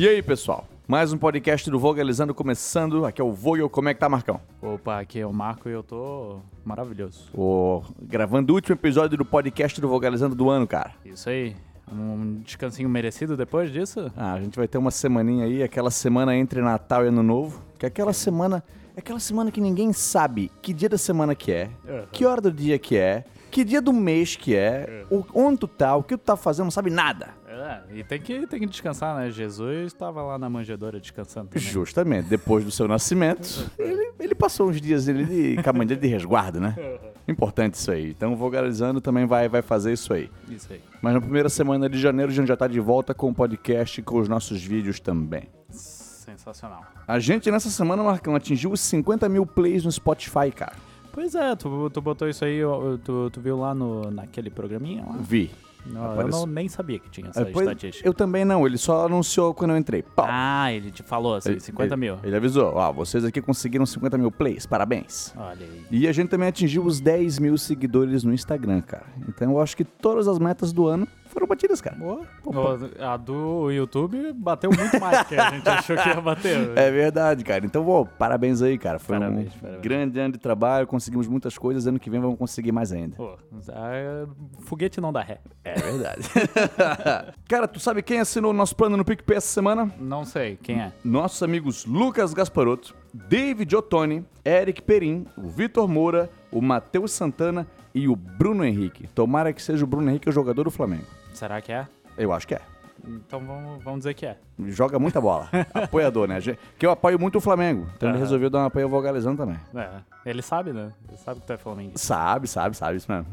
E aí, pessoal? Mais um podcast do Vogalizando começando. Aqui é o Vogel. Como é que tá, Marcão? Opa, aqui é o Marco e eu tô maravilhoso. Gravando o último episódio do podcast do Vogalizando do ano, cara. Isso aí. Um descansinho merecido depois disso? A gente vai ter uma semaninha aí, aquela semana entre Natal e Ano Novo. Que é aquela semana que ninguém sabe que dia da semana que é, que hora do dia que é, que dia do mês que é, onde tu tá, o que tu tá fazendo, não sabe nada. E tem que descansar, né? Jesus estava lá na manjedoura descansando também. Justamente, depois do seu nascimento, ele passou uns dias com a mania de resguardo, né? Importante isso aí. Então o Vogalizando também vai fazer isso aí. Isso aí. Mas na primeira semana de janeiro a gente já tá de volta com o podcast e com os nossos vídeos também. Sensacional. A gente nessa semana, Marcão, atingiu os 50 mil plays no Spotify, cara. Pois é, tu botou isso aí, tu viu lá naquele programinha lá? Vi. Não, eu nem sabia que tinha essa Depois, estatística. eu também não, ele só anunciou quando eu entrei. Pau. Ah, ele te falou assim, 50 mil. Ele avisou, vocês aqui conseguiram 50 mil plays, parabéns. Olha aí. E a gente também atingiu os 10 mil seguidores no Instagram, cara. Então eu acho que todas as metas do ano foram batidas, cara. A do YouTube bateu muito mais que a gente achou que ia bater. É verdade, cara. Então, parabéns aí, cara. Foi parabéns. Grande ano de trabalho, conseguimos muitas coisas. Ano que vem vamos conseguir mais ainda. Foguete não dá ré. É verdade. Cara, tu sabe quem assinou o nosso plano no PicPay essa semana? Não sei, quem é? Nossos amigos Lucas Gasparotto, David Ottoni, Eric Perim, o Vitor Moura, o Matheus Santana e o Bruno Henrique. Tomara que seja o Bruno Henrique o jogador do Flamengo. Será que é? Eu acho que é. Então vamos dizer que é. Joga muita bola. Apoiador, né? Que eu apoio muito o Flamengo. Então ele resolveu dar um apoio ao Vogalizando também. Ele sabe, né? Ele sabe que tu é flamenguista. Sabe, isso mesmo.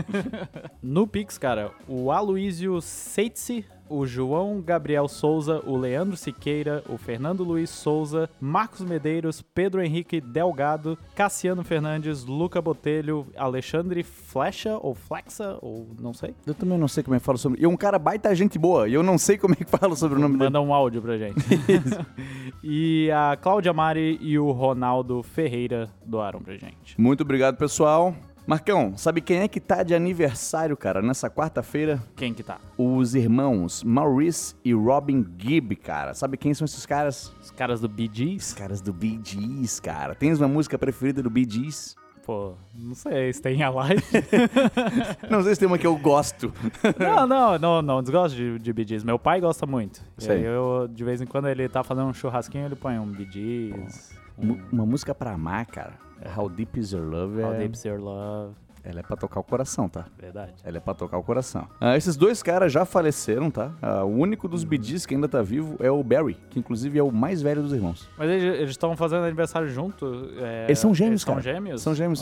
No Pix, cara, o Aloysio Seitzi, o João Gabriel Souza, o Leandro Siqueira, o Fernando Luiz Souza, Marcos Medeiros, Pedro Henrique Delgado, Cassiano Fernandes, Luca Botelho, Alexandre Flecha, ou Flexa, ou não sei. Eu também não sei como é que fala sobre... E um cara baita gente boa, e eu não sei como é que fala sobre o nome dele. Manda um áudio pra gente. E a Cláudia Mari e o Ronaldo Ferreira doaram pra gente. Muito obrigado, pessoal. Marcão, sabe quem é que tá de aniversário, cara, nessa quarta-feira? Quem que tá? Os irmãos Maurice e Robin Gibb, cara. Sabe quem são esses caras? Os caras do Bee Gees? Os caras do Bee Gees, cara. Tens uma música preferida do Bee Gees? Pô, não sei, se tem a live. Não sei se tem uma que eu gosto. Não desgosto de Bee Gees. Meu pai gosta muito. Sei. E aí eu, de vez em quando, ele tá fazendo um churrasquinho, ele põe um Bee Gees. Uma música pra amar, cara. How Deep Is Your Love. How Deep Is Your Love. Ela é pra tocar o coração, tá? Verdade. Ela é pra tocar o coração. Esses dois caras já faleceram, tá? O único dos Bee Gees que ainda tá vivo é o Barry, que inclusive é o mais velho dos irmãos. Mas eles estão fazendo aniversário junto? Eles são gêmeos, cara. São gêmeos? São gêmeos.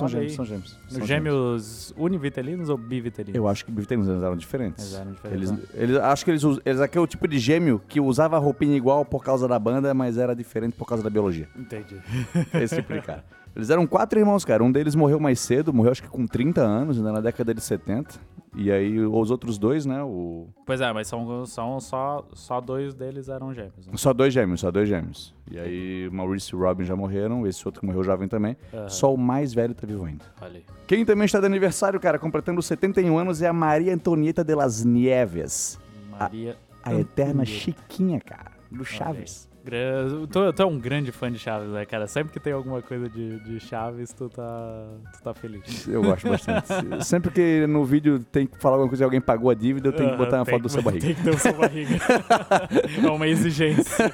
Gêmeos univitelinos ou bivitelinos? Eu acho que bivitelinos eram diferentes. Eles eram diferentes. Acho que eles aquele tipo de gêmeo que usava roupinha igual por causa da banda, mas era diferente por causa da biologia. Entendi. Esse tipo de cara. Eles eram 4 irmãos, cara. Um deles morreu mais cedo, morreu acho que com 30 anos, ainda na década de 70. E aí os outros dois, né? Pois é, mas são só dois deles eram gêmeos. Né? Só dois gêmeos. E aí Maurice e Robin já morreram, esse outro que morreu jovem também. Só o mais velho tá vivo ainda. Olha aí. Quem também está de aniversário, cara, completando 71 anos, é a Maria Antonieta de las Nieves. A eterna Chiquinha, cara, do Chaves. Tu é um grande fã de Chaves, né, cara? Sempre que tem alguma coisa de Chaves, tu tá feliz. Eu gosto bastante. Sempre que no vídeo tem que falar alguma coisa e alguém pagou a dívida, eu tenho que botar uma foto do seu barriga. Tem que ter o seu barriga. É uma exigência.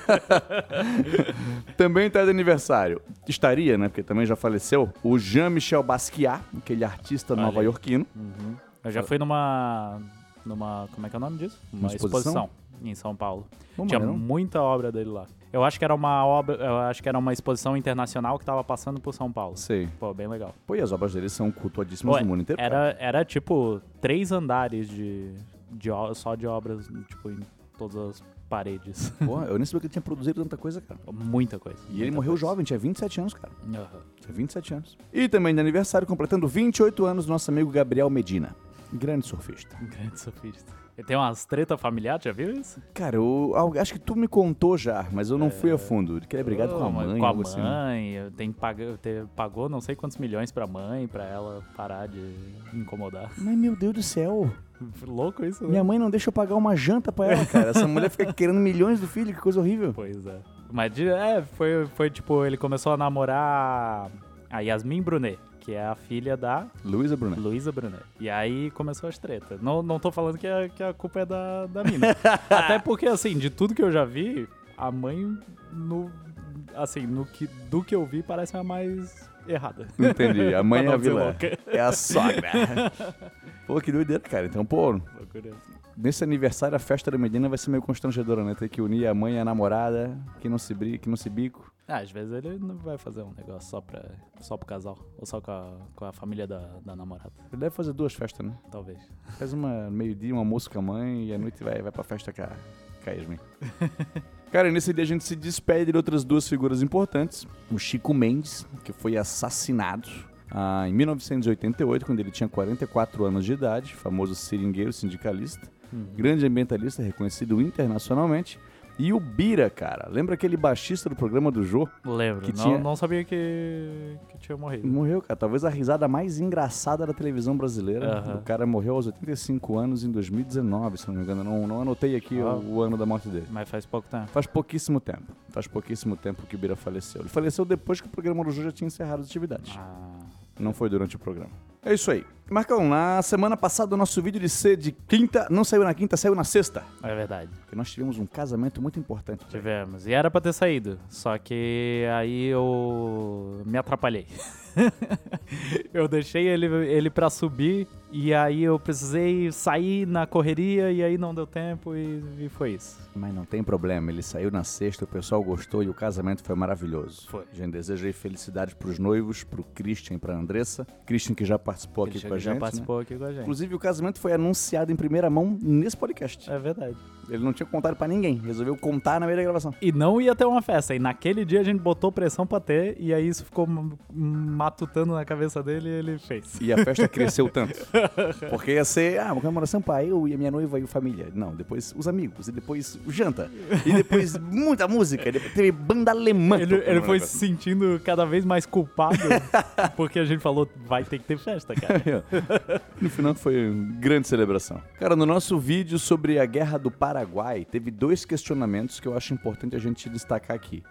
Também tá de aniversário. Estaria, né? Porque também já faleceu. O Jean-Michel Basquiat, aquele artista nova-iorquino. Uhum. Eu já fui numa... Como é que é o nome disso? Uma exposição em São Paulo. Tinha muita obra dele lá. Eu acho que era uma exposição internacional que tava passando por São Paulo. Sei. Pô, bem legal. Pô, e as obras dele são cultuadíssimas no mundo inteiro. Era tipo 3 andares só de obras, tipo, em todas as paredes. Pô, eu nem sabia que ele tinha produzido tanta coisa, cara. Muita coisa. E ele morreu jovem, tinha 27 anos, cara. Uhum. Tinha 27 anos. E também de aniversário, completando 28 anos, nosso amigo Gabriel Medina. Grande surfista. Ele tem umas treta familiar, já viu isso? Cara, eu acho que tu me contou já, mas eu não fui a fundo. Que ele é brigado com a mãe. Com a algo mãe, assim. Pagou não sei quantos milhões pra mãe, pra ela parar de incomodar. Mas meu Deus do céu. Louco isso, né? Minha mãe não deixa eu pagar uma janta pra ela, cara. Essa mulher fica querendo milhões do filho, que coisa horrível. Pois é. Mas foi tipo, ele começou a namorar a Yasmin Brunet, que é a filha da Luísa Brunet. Luísa Brunet. E aí começou as tretas. Não tô falando que a culpa é da mina. Até porque, assim, de tudo que eu já vi, a mãe, do que eu vi, parece a mais errada. Entendi. A mãe é a vilã. Louca. É a sogra. Pô, que doideira, cara. Então, pô, Loucura. nesse aniversário a festa da Medina vai ser meio constrangedora, né? Ter que unir a mãe e a namorada, que não se bico. Às vezes ele não vai fazer um negócio só pro casal. Ou só com a família da namorada. Ele deve fazer 2 festas, né? Talvez. Faz uma meio-dia, um almoço com a mãe e à noite vai pra festa com a Yasmin. Cara, e nesse dia a gente se despede de outras 2 figuras importantes. O Chico Mendes, que foi assassinado em 1988, quando ele tinha 44 anos de idade, famoso seringueiro sindicalista, grande ambientalista reconhecido internacionalmente. E o Bira, cara, lembra aquele baixista do programa do Jô? Lembro, Que tinha... não sabia que tinha morrido. Morreu, cara. Talvez a risada mais engraçada da televisão brasileira. Aham. O cara morreu aos 85 anos em 2019, se não me engano. Não anotei aqui o ano da morte dele. Mas faz pouco tempo. Faz pouquíssimo tempo que o Bira faleceu. Ele faleceu depois que o programa do Jô já tinha encerrado as atividades. Não foi durante o programa. É isso aí. Marcão, na semana passada o nosso vídeo de ser de quinta não saiu na quinta, saiu na sexta. É verdade. Porque nós tivemos um casamento muito importante. Tivemos. E era pra ter saído. Só que aí eu me atrapalhei. Eu deixei ele pra subir e aí eu precisei sair na correria e aí não deu tempo e foi isso. Mas não tem problema, ele saiu na sexta, o pessoal gostou e o casamento foi maravilhoso. Foi. A gente deseja aí felicidades pros noivos, pro Christian e pra Andressa. Christian que já participou aqui com a gente, já participou aqui com a gente. Inclusive o casamento foi anunciado em primeira mão nesse podcast. É verdade. Ele não tinha contado pra ninguém, resolveu contar na meio da gravação. E não ia ter uma festa. E naquele dia a gente botou pressão pra ter e aí isso ficou matutando na cabeça dele e ele fez. E a festa cresceu tanto. Porque ia ser, uma comemoração pra eu e a minha noiva e a família. Não, depois os amigos, e depois o janta, e depois muita música, e depois teve banda alemã. Ele foi se sentindo cada vez mais culpado porque a gente falou, vai ter que ter festa, cara. No final foi uma grande celebração. Cara, no nosso vídeo sobre a Guerra do Paraguai, teve 2 questionamentos que eu acho importante a gente destacar aqui.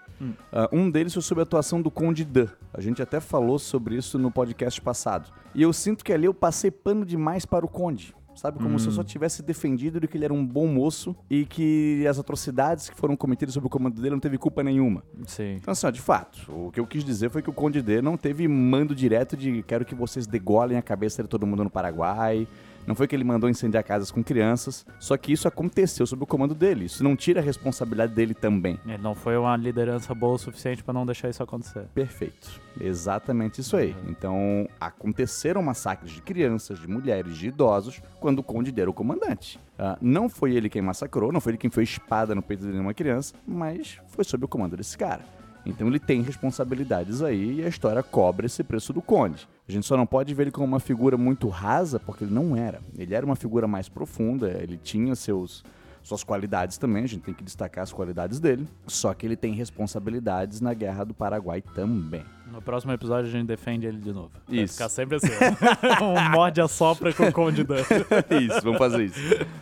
Um deles foi sobre a atuação do Conde Dan. A gente até falou sobre isso no podcast passado. E eu sinto que ali eu passei pano demais para o Conde. Sabe, como se eu só tivesse defendido de que ele era um bom moço e que as atrocidades que foram cometidas sob o comando dele não teve culpa nenhuma. Sim. Então, assim, de fato, o que eu quis dizer foi que o Conde D não teve mando direto de quero que vocês degolem a cabeça de todo mundo no Paraguai. Não foi que ele mandou incendiar casas com crianças, só que isso aconteceu sob o comando dele. Isso não tira a responsabilidade dele também. Ele não foi uma liderança boa o suficiente pra não deixar isso acontecer. Perfeito. Exatamente isso aí. Então, aconteceram massacres de crianças, de mulheres, de idosos, quando o Conde D era o comandante. Não foi ele quem massacrou, não foi ele quem foi espada no peito de nenhuma criança, mas foi sob o comando desse cara. Então ele tem responsabilidades aí e a história cobra esse preço do Conde. A gente só não pode ver ele como uma figura muito rasa, porque ele não era. Ele era uma figura mais profunda, ele tinha suas qualidades também, a gente tem que destacar as qualidades dele. Só que ele tem responsabilidades na Guerra do Paraguai também. No próximo episódio a gente defende ele de novo. Vai Isso. ficar sempre assim. Um morde a sopra com o Conde Dan. Isso, vamos fazer isso.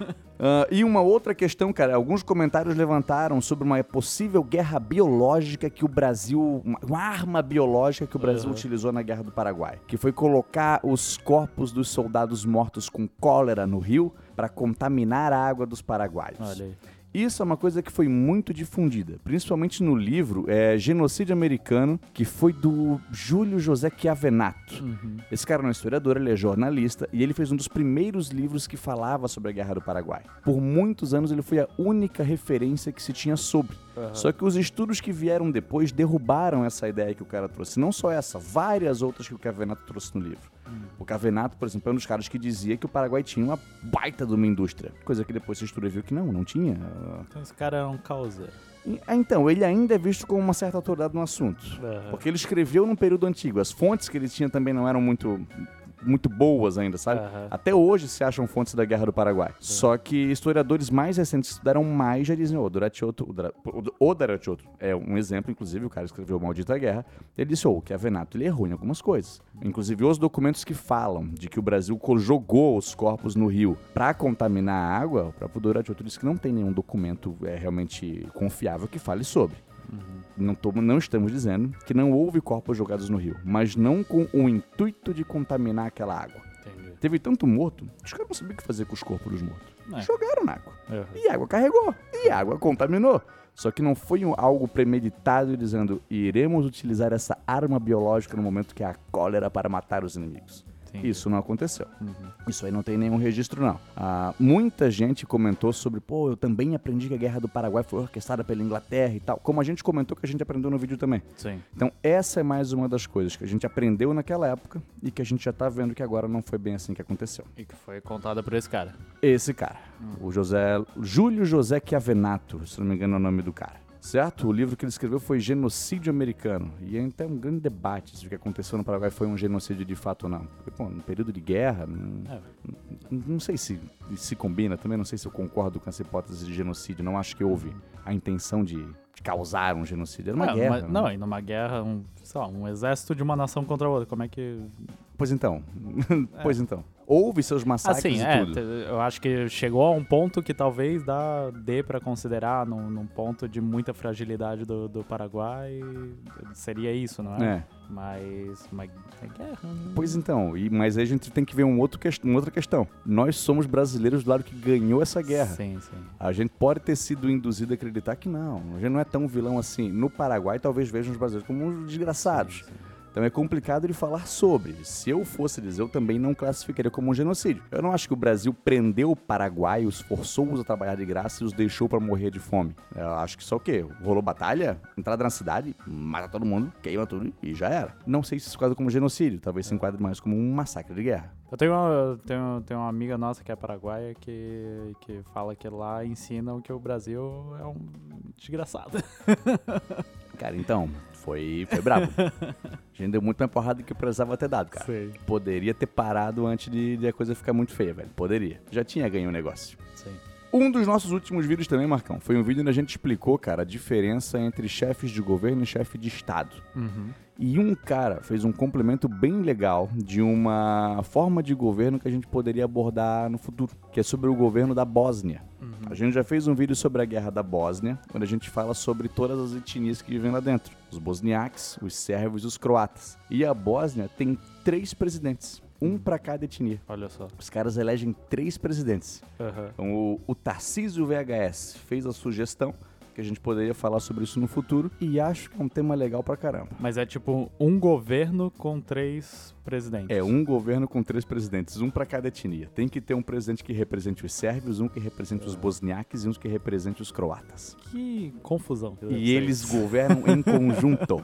E uma outra questão, cara, alguns comentários levantaram sobre uma possível guerra biológica que o Brasil... Uma arma biológica que o Brasil utilizou na Guerra do Paraguai. Que foi colocar os corpos dos soldados mortos com cólera no rio para contaminar a água dos paraguaios. Olha aí. Isso é uma coisa que foi muito difundida, principalmente no livro Genocídio Americano, que foi do Júlio José Chiavenato. Esse cara é um historiador, ele é jornalista, e ele fez um dos primeiros livros que falava sobre a Guerra do Paraguai. Por muitos anos ele foi a única referência que se tinha sobre. Só que os estudos que vieram depois derrubaram essa ideia que o cara trouxe. Não só essa, várias outras que o Chiavenato trouxe no livro. O Chiavenato, por exemplo, é um dos caras que dizia que o Paraguai tinha uma baita de uma indústria. Coisa que depois se estudou e viu que não tinha. Então esse cara é um causeiro. Então, ele ainda é visto como uma certa autoridade no assunto. Porque ele escreveu num período antigo. As fontes que ele tinha também não eram muito muito boas ainda, sabe? Até hoje se acham fontes da Guerra do Paraguai. Só que historiadores mais recentes que estudaram mais já dizem, o Darachoto é um exemplo, inclusive, o cara escreveu Maldita Guerra, ele disse, o Chiavenato, ele errou em algumas coisas. Inclusive os documentos que falam de que o Brasil jogou os corpos no rio para contaminar a água, o próprio Darachoto disse que não tem nenhum documento realmente confiável que fale sobre. Não estamos dizendo que não houve corpos jogados no rio, mas não com o intuito de contaminar aquela água. Entendi. Teve tanto morto, os caras não sabiam o que fazer com os corpos dos mortos. Jogaram na água. E a água carregou. E a água contaminou. Só que não foi algo premeditado dizendo iremos utilizar essa arma biológica no momento que há cólera para matar os inimigos. Entendi. Isso não aconteceu. Isso aí não tem nenhum registro, não. Muita gente comentou sobre, eu também aprendi que a Guerra do Paraguai foi orquestrada pela Inglaterra e tal. Como a gente comentou que a gente aprendeu no vídeo também. Sim. Então, essa é mais uma das coisas que a gente aprendeu naquela época e que a gente já tá vendo que agora não foi bem assim que aconteceu. E que foi contada por esse cara. Esse cara. O Júlio José Chiavenato, se não me engano é o nome do cara. Certo? O livro que ele escreveu foi Genocídio Americano. E é até um grande debate se o que aconteceu no Paraguai foi um genocídio de fato ou não. Porque, no período de guerra, não sei se combina, também não sei se eu concordo com essa hipótese de genocídio. Não acho que houve a intenção de causar um genocídio. Era uma guerra. E numa guerra, um exército de uma nação contra a outra. Como é que... Pois então. Houve seus massacres e tudo. Eu acho que chegou a um ponto que talvez dê pra considerar num ponto de muita fragilidade do Paraguai. Seria isso, não é? Mas é guerra. Né? Pois então, mas aí a gente tem que ver uma outra questão. Nós somos brasileiros do lado que ganhou essa guerra. Sim. A gente pode ter sido induzido a acreditar que não. A gente não é tão vilão assim. No Paraguai, talvez vejam os brasileiros como uns desgraçados. Sim. Então é complicado de falar sobre. Se eu fosse dizer, eu também não classificaria como um genocídio. Eu não acho que o Brasil prendeu paraguaios, forçou-os a trabalhar de graça e os deixou pra morrer de fome. Eu acho que só o quê? Rolou batalha, entrada na cidade, mata todo mundo, queima tudo e já era. Não sei se se enquadra como genocídio, talvez se enquadre mais como um massacre de guerra. Eu tenho uma amiga nossa que é paraguaia que fala que lá ensinam que o Brasil é um desgraçado. Cara, então, foi brabo. A gente deu muito mais porrada do que precisava ter dado, cara. Sei. Poderia ter parado antes de a coisa ficar muito feia, velho. Poderia. Já tinha ganho o negócio. Sim. Um dos nossos últimos vídeos também, Marcão, foi um vídeo onde a gente explicou, cara, a diferença entre chefes de governo e chefe de Estado. E um cara fez um complemento bem legal de uma forma de governo que a gente poderia abordar no futuro, que é sobre o governo da Bósnia. A gente já fez um vídeo sobre a guerra da Bósnia, onde a gente fala sobre todas as etnias que vivem lá dentro. Os bosniaques, os sérvios e os croatas. E a Bósnia tem 3 presidentes. Um pra cada etnia. Olha só. Os caras elegem 3 presidentes. Então o Tarcísio VHS fez a sugestão que a gente poderia falar sobre isso no futuro e acho que é um tema legal pra caramba. Mas é tipo um governo com 3 presidentes. É um governo com 3 presidentes, um pra cada etnia. Tem que ter um presidente que represente os sérvios, um que represente os bosniaques e um que represente os croatas. Que confusão. E eles governam em conjunto.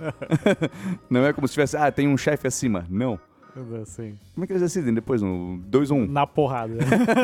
Não é como se tivesse, tem um chefe acima. Não. Assim. Como é que eles decidem depois? No 2-1? Na porrada.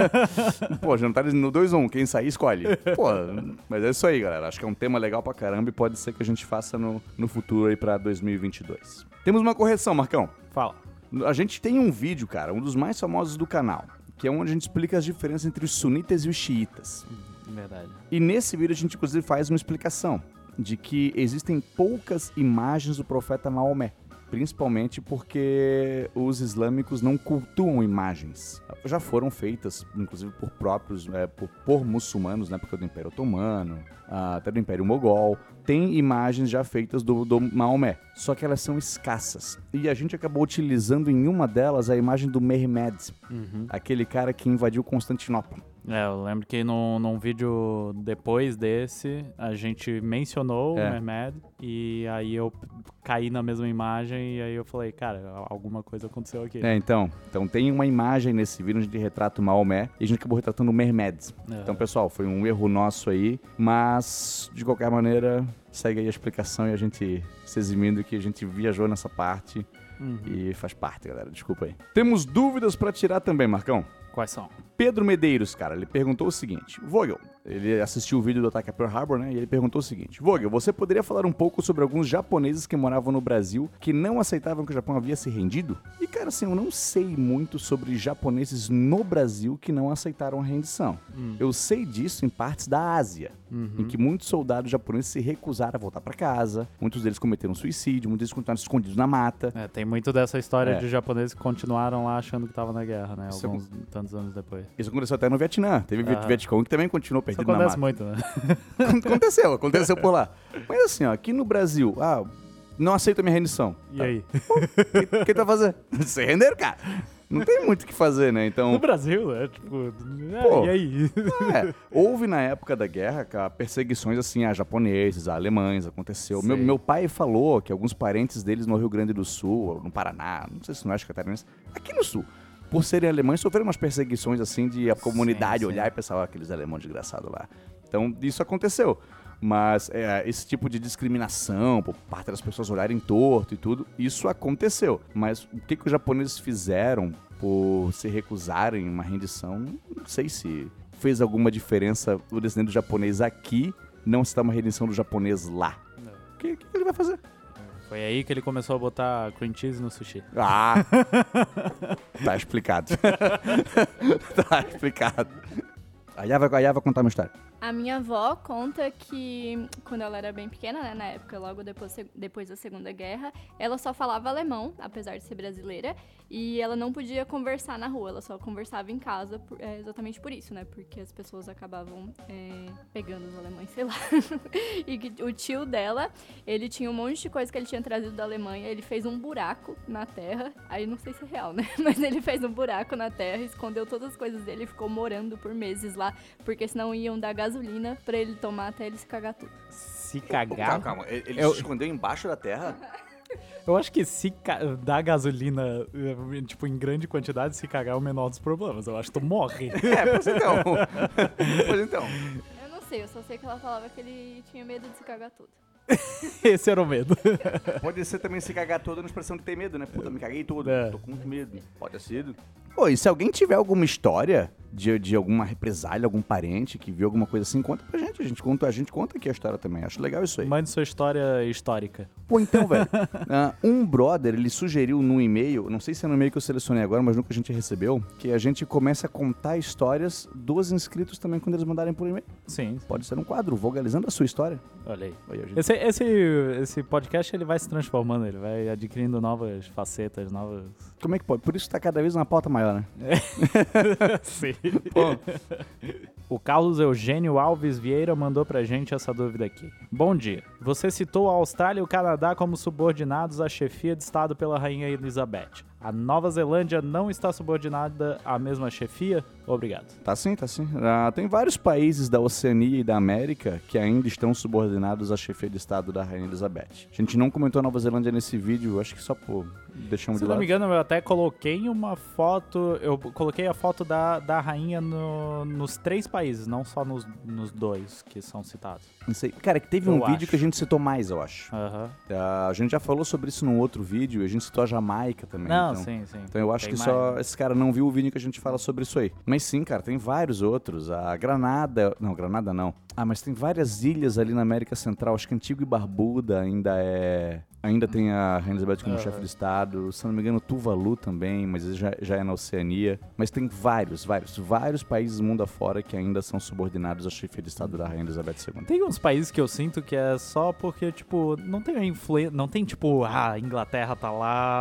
Pô, já não tá no 2-1. Quem sair, escolhe. Pô, mas é isso aí, galera. Acho que é um tema legal pra caramba e pode ser que a gente faça no futuro aí pra 2022. Temos uma correção, Marcão. Fala. A gente tem um vídeo, cara, um dos mais famosos do canal, que é onde a gente explica as diferenças entre os sunitas e os xiitas. Verdade. E nesse vídeo a gente, inclusive, faz uma explicação de que existem poucas imagens do profeta Maomé. Principalmente porque os islâmicos não cultuam imagens. Já foram feitas, inclusive, por próprios, por muçulmanos, na época do Império Otomano, até do Império Mogol. Tem imagens já feitas do Maomé, só que elas são escassas. E a gente acabou utilizando em uma delas a imagem do Mehmed, aquele cara que invadiu Constantinopla. Eu lembro que num vídeo depois desse, a gente mencionou o Mehmed, e aí eu caí na mesma imagem, e aí eu falei, cara, alguma coisa aconteceu aqui. Então tem uma imagem nesse vídeo onde a gente retrata o Maomé, e a gente acabou retratando o Mehmed. Então, pessoal, foi um erro nosso aí, mas, de qualquer maneira, segue aí a explicação e a gente se eximindo que a gente viajou nessa parte, e faz parte, galera, desculpa aí. Temos dúvidas pra tirar também, Marcão. Quais são? Pedro Medeiros, cara, ele perguntou o seguinte: Vogel, ele assistiu o vídeo do ataque a Pearl Harbor, né? E ele perguntou o seguinte: Vogel, você poderia falar um pouco sobre alguns japoneses que moravam no Brasil que não aceitavam que o Japão havia se rendido? E, cara, assim, eu não sei muito sobre japoneses no Brasil que não aceitaram a rendição. Eu sei disso em partes da Ásia, em que muitos soldados japoneses se recusaram a voltar pra casa, muitos deles cometeram suicídio, muitos deles continuaram escondidos na mata. Tem muito dessa história de japoneses que continuaram lá achando que estavam na guerra, né? Isso Tantos anos depois. Isso aconteceu até no Vietnã. Teve Vietcong que também continuou perdido na mata. Isso acontece muito, né? Aconteceu por lá. Mas assim, ó, aqui no Brasil, não aceito a minha rendição. E aí? O que tu vai fazer? Se render, cara. Não tem muito o que fazer, né? Então... No Brasil, né? Tipo, e aí? Houve na época da guerra, cara, perseguições assim a japoneses, a alemães, aconteceu. Meu pai falou que alguns parentes deles no Rio Grande do Sul, ou no Paraná, não sei se no Oeste Catarinense, aqui no Sul, por serem alemães, sofreram umas perseguições assim de a comunidade olhar e pensar, aqueles alemães desgraçados lá. Então, isso aconteceu. Mas esse tipo de discriminação por parte das pessoas olharem torto e tudo, isso aconteceu. Mas o que os japoneses fizeram por se recusarem uma rendição, não sei se fez alguma diferença o descendente do japonês aqui não aceitar uma rendição do japonês lá. O que ele vai fazer? Foi aí que ele começou a botar cream cheese no sushi. Tá explicado. Tá explicado. A Yá vai contar uma história. A minha avó conta que, quando ela era bem pequena, né, na época, logo depois da Segunda Guerra, ela só falava alemão, apesar de ser brasileira, e ela não podia conversar na rua, ela só conversava em casa, exatamente por isso, né, porque as pessoas acabavam pegando os alemães, sei lá. E que o tio dela, ele tinha um monte de coisa que ele tinha trazido da Alemanha, ele fez um buraco na terra, aí não sei se é real, né, mas ele fez um buraco na terra, escondeu todas as coisas dele e ficou morando por meses lá, porque senão iam dar gasolina pra ele tomar até ele se cagar tudo. Se cagar? Calma. Ele se escondeu embaixo da terra? Eu acho que se dar gasolina, tipo, em grande quantidade, se cagar é o menor dos problemas. Eu acho que tu morre. Pois então. Eu não sei, eu só sei que ela falava que ele tinha medo de se cagar tudo. Esse era o medo. Pode ser também se cagar todo na expressão de ter medo, né? Puta, me caguei todo, tô com muito medo. Pode ter sido. Pô, e se alguém tiver alguma história de alguma represália, algum parente que viu alguma coisa assim, conta pra gente. A gente conta aqui a história também. Acho legal isso aí. Mande sua história histórica. Pô, então, velho, um brother, ele sugeriu num e-mail, não sei se é no e-mail que eu selecionei agora, mas nunca a gente recebeu, que a gente comece a contar histórias dos inscritos também quando eles mandarem por e-mail. Sim. Pode ser um quadro, vogalizando a sua história. Olha aí. Gente... Esse podcast, ele vai se transformando, ele vai adquirindo novas facetas, novas... Como é que pode? Por isso que tá cada vez uma pauta maior, né? Sim. Pô. O Carlos Eugênio Alves Vieira mandou pra gente essa dúvida aqui. Bom dia. Você citou a Austrália e o Canadá como subordinados à chefia de Estado pela Rainha Elizabeth. A Nova Zelândia não está subordinada à mesma chefia? Obrigado. Tá sim. Tem vários países da Oceania e da América que ainda estão subordinados à chefia de Estado da Rainha Elizabeth. A gente não comentou a Nova Zelândia nesse vídeo, acho que só por deixamos de lado. Se não me engano, eu até coloquei uma foto, eu coloquei a foto da rainha nos 3 países, não só nos 2 que são citados. Não sei. Cara, que teve um vídeo que a gente citou mais, eu acho. A gente já falou sobre isso num outro vídeo e a gente citou a Jamaica também. Não, então, sim. Então eu acho tem que mais, só né? esse cara não viu o vídeo que a gente fala sobre isso aí. Mas sim, cara, tem vários outros. A Granada... Não, Granada não. Mas tem várias ilhas ali na América Central. Acho que Antigua e Barbuda ainda tem a Rainha Elizabeth como chefe de Estado. Se não me engano, Tuvalu também, mas já é na Oceania. Mas tem vários países mundo afora que ainda são subordinados à chefia de Estado da Rainha Elizabeth II. Tem uns países que eu sinto que é só porque, tipo, não tem a influência, não tem, tipo, a Inglaterra tá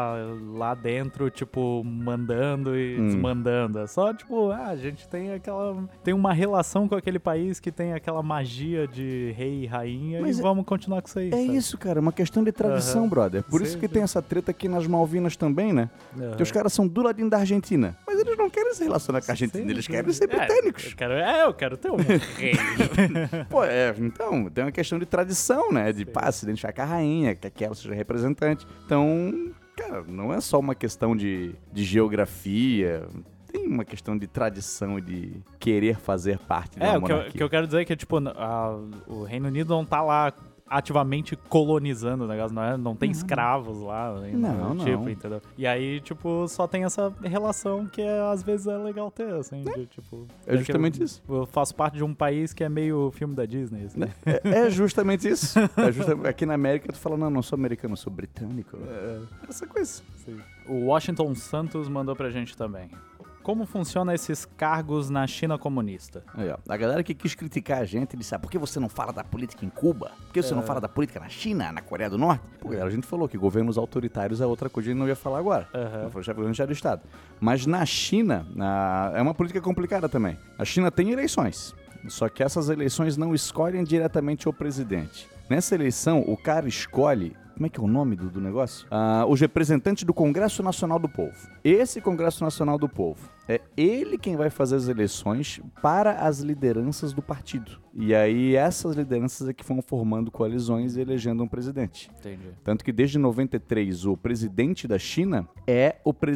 lá dentro, tipo, mandando e desmandando. É só, tipo, a gente tem uma relação com aquele país que tem aquela magia de rei e rainha. Mas vamos continuar com isso aí. Sabe? Isso, cara, uma questão de tradição, brother. Por isso que tem essa treta aqui nas Malvinas também, né? Porque os caras são do ladinho da Argentina. Mas eles não querem se relacionar com a Argentina, eles querem ser britânicos. Eu quero ter um rei. Pô, então, tem uma questão de tradição, né? De se identificar com a rainha, que aquela seja representante. Então, cara, não é só uma questão de geografia. Tem uma questão de tradição e de querer fazer parte da monarquia. O que eu quero dizer é que, tipo, o Reino Unido não tá lá ativamente colonizando o negócio, não tem escravos lá, nem Não, nada do tipo, não. entendeu? E aí, tipo, só tem essa relação que às vezes é legal ter, assim, de, tipo... É justamente que isso. Eu faço parte de um país que é meio filme da Disney, assim. É justamente isso. Aqui na América tu fala, não sou americano, eu sou britânico. Essa coisa. Sim. O Washington Santos mandou pra gente também. Como funcionam esses cargos na China comunista? Aí, ó, a galera que quis criticar a gente disse, por que você não fala da política em Cuba? Por que você não fala da política na China, na Coreia do Norte? Pô, galera, a gente falou que governos autoritários é outra coisa que a gente não ia falar agora. Já governo já do Estado. Mas na China, é uma política complicada também. A China tem eleições, só que essas eleições não escolhem diretamente o presidente. Nessa eleição, o cara escolhe... Como é que é o nome do negócio? Os representantes do Congresso Nacional do Povo. Esse Congresso Nacional do Povo, é ele quem vai fazer as eleições para as lideranças do partido. E aí essas lideranças é que vão formando coalizões e elegendo um presidente. Entendi. Tanto que desde 93 o presidente da China é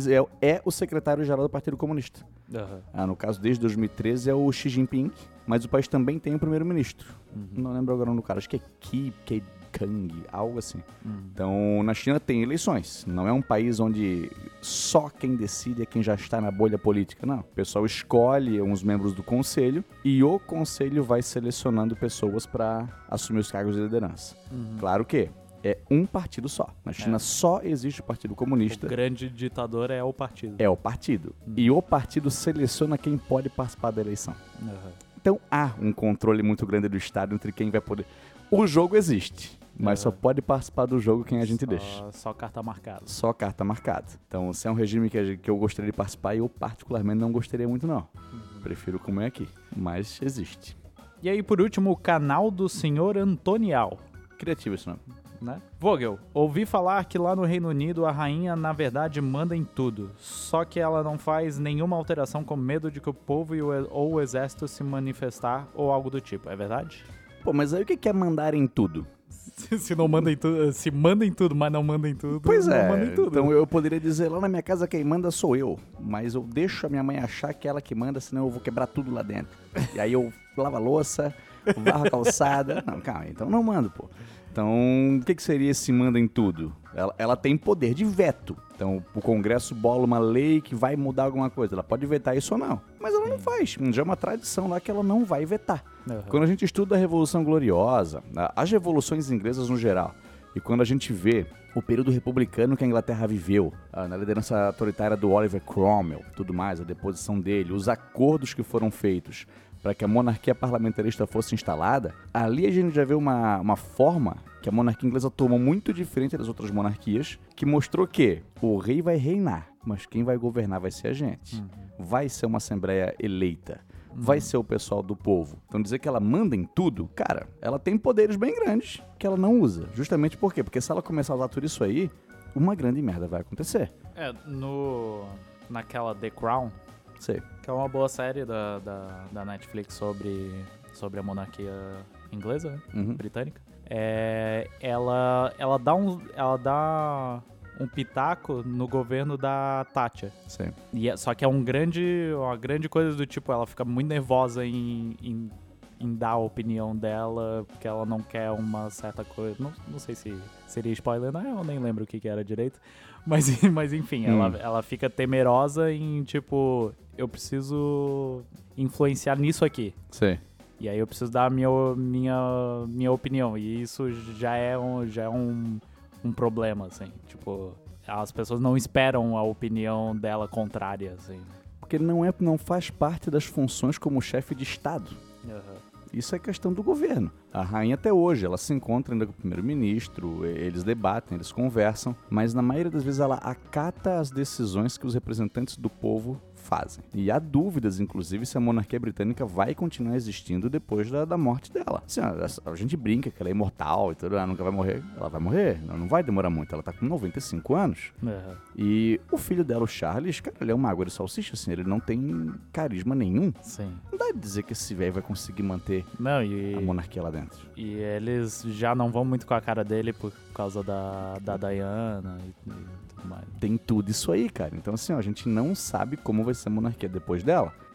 o secretário-geral do Partido Comunista. No caso, desde 2013 é o Xi Jinping, mas o país também tem o primeiro-ministro. Não lembro agora o nome do cara, acho que é Qi Kang, algo assim. Então, na China tem eleições. Não é um país onde só quem decide é quem já está na bolha política, não. O pessoal escolhe uns membros do conselho e o conselho vai selecionando pessoas para assumir os cargos de liderança. Claro que é um partido só. Na China só existe o Partido Comunista. O grande ditador é o partido. É o partido. E o partido seleciona quem pode participar da eleição. Então, há um controle muito grande do Estado entre quem vai poder... O jogo existe, mas só pode participar do jogo quem a gente deixa. Só carta marcada. Só carta marcada. Então, se é um regime que eu gostaria de participar, eu particularmente não gostaria muito, não. Prefiro como é aqui, mas existe. E aí, por último, o canal do Sr. Antonial. Criativo esse nome. Né? Vogel, ouvi falar que lá no Reino Unido a rainha, na verdade, manda em tudo. Só que ela não faz nenhuma alteração com medo de que o povo ou o exército se manifestar ou algo do tipo. É verdade? Pô, mas aí o que é mandar em tudo? Se não manda em tudo, se manda em tudo, mas não manda em tudo. Pois não é, manda em tudo. Então eu poderia dizer, lá na minha casa quem manda sou eu, mas eu deixo a minha mãe achar que é ela que manda, senão eu vou quebrar tudo lá dentro. E aí eu lavo a louça, varro a calçada. Não, calma, então não mando, pô. Então, o que seria esse manda em tudo? Ela tem poder de veto. Então, o Congresso bola uma lei que vai mudar alguma coisa. Ela pode vetar isso ou não. Mas ela não faz. Já é uma tradição lá que ela não vai vetar. Quando a gente estuda a Revolução Gloriosa, as revoluções inglesas no geral, e quando a gente vê o período republicano que a Inglaterra viveu, na liderança autoritária do Oliver Cromwell, tudo mais, a deposição dele, os acordos que foram feitos para que a monarquia parlamentarista fosse instalada, ali a gente já vê uma forma que a monarquia inglesa tomou muito diferente das outras monarquias, que mostrou que o rei vai reinar, mas quem vai governar vai ser a gente. Vai ser uma assembleia eleita. Vai ser o pessoal do povo. Então dizer que ela manda em tudo, cara, ela tem poderes bem grandes que ela não usa. Justamente por quê? Porque se ela começar a usar tudo isso aí, uma grande merda vai acontecer. Naquela The Crown, Sei. que é uma boa série da Netflix sobre a monarquia inglesa, né? Britânica. Ela dá um pitaco no governo da Thatcher. Sim. Só que é uma grande coisa do tipo, ela fica muito nervosa em dar a opinião dela, porque ela não quer uma certa coisa. Não sei se seria spoiler, não, eu nem lembro o que era direito. Mas enfim, ela fica temerosa em, tipo, eu preciso influenciar nisso aqui. Sim. E aí eu preciso dar a minha opinião. E isso já é um problema, assim. Tipo, as pessoas não esperam a opinião dela contrária, assim. Porque não faz parte das funções como chefe de Estado. Isso é questão do governo. A rainha até hoje, ela se encontra ainda com o primeiro-ministro, eles debatem, eles conversam, mas na maioria das vezes ela acata as decisões que os representantes do povo fazem. E há dúvidas, inclusive, se a monarquia britânica vai continuar existindo depois da morte dela. Assim, a gente brinca que ela é imortal e tudo, ela nunca vai morrer. Ela vai morrer, não vai demorar muito. Ela tá com 95 anos. E o filho dela, o Charles, cara, ele é uma água de salsicha, assim, ele não tem carisma nenhum. Sim. Não dá pra dizer que esse velho vai conseguir manter a monarquia lá dentro. E eles já não vão muito com a cara dele por causa da Diana e tudo mais. Tem tudo isso aí, cara. Então, assim, a gente não sabe como vai ser a monarquia depois dela.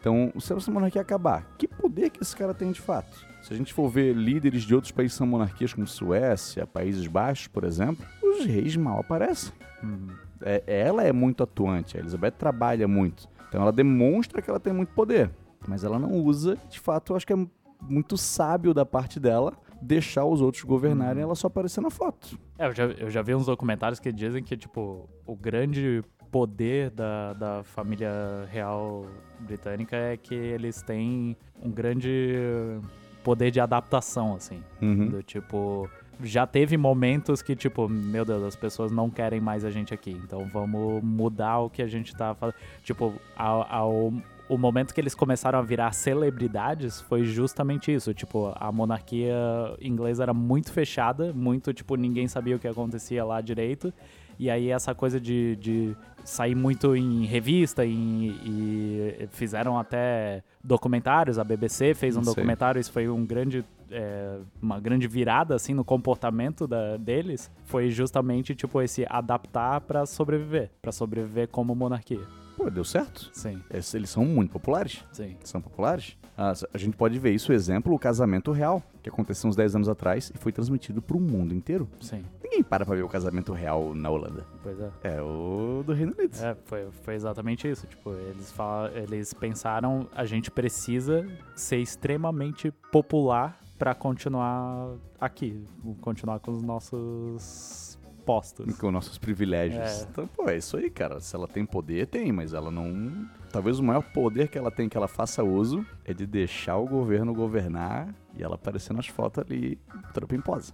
Então, se essa monarquia acabar, que poder que esse cara tem de fato? Se a gente for ver líderes de outros países que são monarquias, como Suécia, Países Baixos, por exemplo, os reis mal aparecem. Ela é muito atuante, a Elizabeth trabalha muito. Então ela demonstra que ela tem muito poder, mas ela não usa. De fato, eu acho que é muito sábio da parte dela deixar os outros governarem, ela só aparecer na foto. Eu já vi uns documentários que dizem que, tipo, o grande poder da família real britânica é que eles têm um grande poder de adaptação, assim. Do tipo, já teve momentos que, tipo, meu Deus, as pessoas não querem mais a gente aqui, então vamos mudar o que a gente tá fazendo. Tipo, o momento que eles começaram a virar celebridades foi justamente isso. Tipo, a monarquia inglesa era muito fechada, muito, tipo, ninguém sabia o que acontecia lá direito. E aí essa coisa de sair muito em revista e fizeram até documentários, a BBC fez um documentário, isso foi uma grande virada, assim, no comportamento deles. Foi justamente, tipo, esse adaptar pra sobreviver como monarquia. Pô, deu certo? Sim. Eles são muito populares? Sim. São populares? A gente pode ver isso, exemplo, o casamento real, que aconteceu uns 10 anos atrás e foi transmitido pro mundo inteiro. Sim. Ninguém para ver o casamento real na Holanda. Pois é. É o do Reino Unido. Foi exatamente isso. Tipo, eles pensaram, a gente precisa ser extremamente popular pra continuar aqui, continuar com os nossos postos. Com nossos privilégios. Então, pô, é isso aí, cara. Se ela tem poder, tem, mas ela não... Talvez o maior poder que ela tem, que ela faça uso, é de deixar o governo governar e ela aparecer nas fotos ali, tropimposa.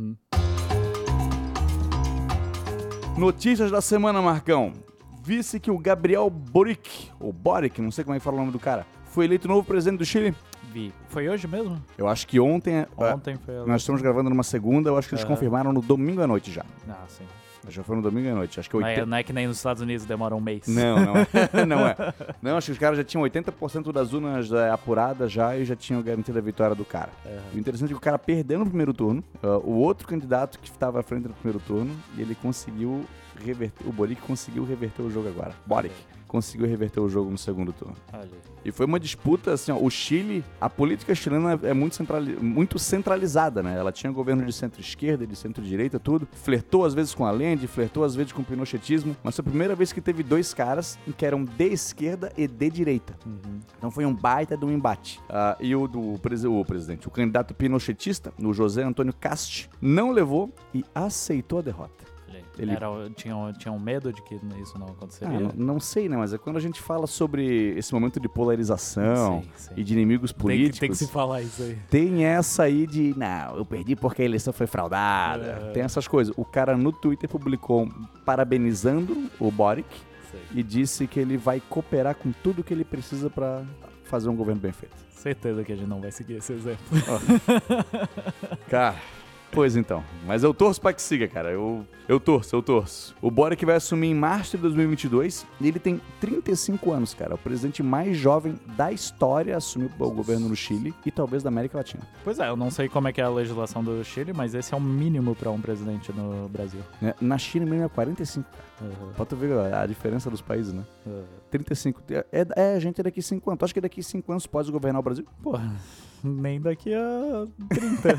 Notícias da semana, Marcão. Vice que o Gabriel Boric, ou Boric, não sei como é que fala o nome do cara, foi eleito novo presidente do Chile. Vi. Foi hoje mesmo? Eu acho que ontem... Foi. Nós estamos gravando numa segunda, eu acho que eles confirmaram no domingo à noite já. Ah, sim. Já foi no domingo à noite. Acho que não é que nem nos Estados Unidos demora um mês. Não é. Não é. Não, acho que os caras já tinham 80% das urnas apuradas já e já tinham garantido a vitória do cara. O interessante é que o cara perdeu no primeiro turno, o outro candidato que estava à frente no primeiro turno, e ele conseguiu reverter, o Boric conseguiu reverter o jogo agora. Boric conseguiu reverter o jogo no segundo turno. E foi uma disputa, assim, ó, o Chile, a política chilena é muito centralizada, né? Ela tinha governo de centro-esquerda, de centro-direita, tudo. Flertou às vezes com a Allende, flertou às vezes com o pinochetismo, mas foi a primeira vez que teve dois caras que eram de esquerda e de direita. Então foi um baita de um embate. E o presidente, o candidato pinochetista, o José Antônio Cast, não levou e aceitou a derrota. Tinham medo de que isso não aconteceria? Não sei, né? Mas é quando a gente fala sobre esse momento de polarização e de inimigos políticos... Tem que se falar isso aí. Tem essa aí de, não, eu perdi porque a eleição foi fraudada. Tem essas coisas. O cara no Twitter publicou parabenizando o Boric e disse que ele vai cooperar com tudo que ele precisa pra fazer um governo bem feito. Certeza que a gente não vai seguir esse exemplo. Cara... Pois então, mas eu torço pra que siga, cara, eu torço. O Boric vai assumir em março de 2022 e ele tem 35 anos, cara, o presidente mais jovem da história a assumir o governo no Chile e talvez da América Latina. Pois é, eu não sei como é que é a legislação do Chile, mas esse é o mínimo pra um presidente no Brasil. Na China mesmo é 45, cara. Pode ver a diferença dos países, né? 35. A gente daqui 5 anos. Tu acha que daqui 5 anos pode governar o Brasil? Porra, nem daqui a 30.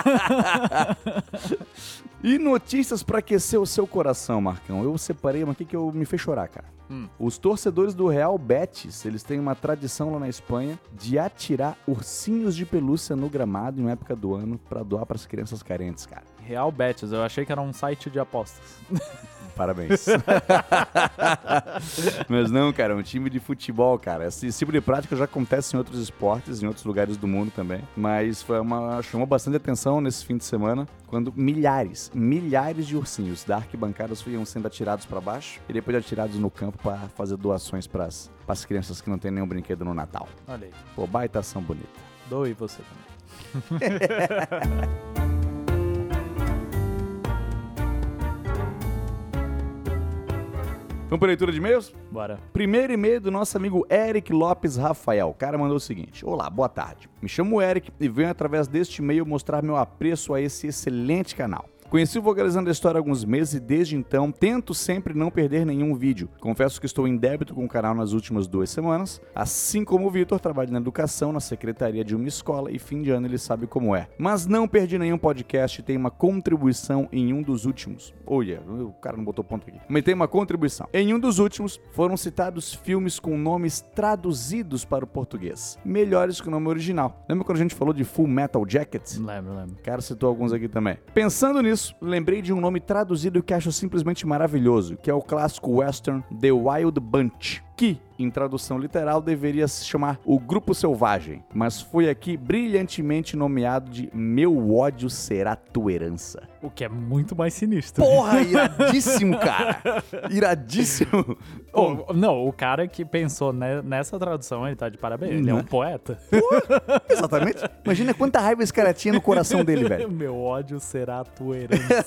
E notícias pra aquecer o seu coração, Marcão. Eu separei uma aqui que me fez chorar, cara. Os torcedores do Real Betis, eles têm uma tradição lá na Espanha de atirar ursinhos de pelúcia no gramado em uma época do ano pra doar pras crianças carentes, cara. Real Betis, eu achei que era um site de apostas. Parabéns. Mas não, cara, é um time de futebol, cara. Esse tipo de prática já acontece em outros esportes, em outros lugares do mundo também. Mas chamou bastante atenção nesse fim de semana, quando milhares de ursinhos da arquibancada iam sendo atirados para baixo e depois atirados no campo para fazer doações para as crianças que não tem nenhum brinquedo no Natal. Olha aí. Pô, baita ação bonita. Doe você também. Vamos para a leitura de e-mails? Bora. Primeiro e-mail do nosso amigo Eric Lopes Rafael. O cara mandou o seguinte: olá, boa tarde. Me chamo Eric e venho através deste e-mail mostrar meu apreço a esse excelente canal. Conheci o Vogalizando a História há alguns meses e desde então tento sempre não perder nenhum vídeo. Confesso que estou em débito com o canal nas últimas 2 semanas. Assim como o Vitor, trabalho na educação, na secretaria de uma escola e fim de ano ele sabe como é. Mas não perdi nenhum podcast e tem uma contribuição em um dos últimos. Olha, o cara não botou ponto aqui. Mas tem uma contribuição. Em um dos últimos foram citados filmes com nomes traduzidos para o português, melhores que o nome original. Lembra quando a gente falou de Full Metal Jacket? Lembro. O cara citou alguns aqui também. Pensando nisso, lembrei de um nome traduzido que acho simplesmente maravilhoso, que é o clássico western The Wild Bunch, que, em tradução literal, deveria se chamar O Grupo Selvagem, mas foi aqui brilhantemente nomeado de Meu Ódio Será Tua Herança. O que é muito mais sinistro. Porra, iradíssimo, cara! Iradíssimo! Não, o cara que pensou nessa tradução, ele tá de parabéns. Ele é um poeta. Porra, exatamente. Imagina quanta raiva esse cara tinha no coração dele, velho. Meu ódio será a tua herança.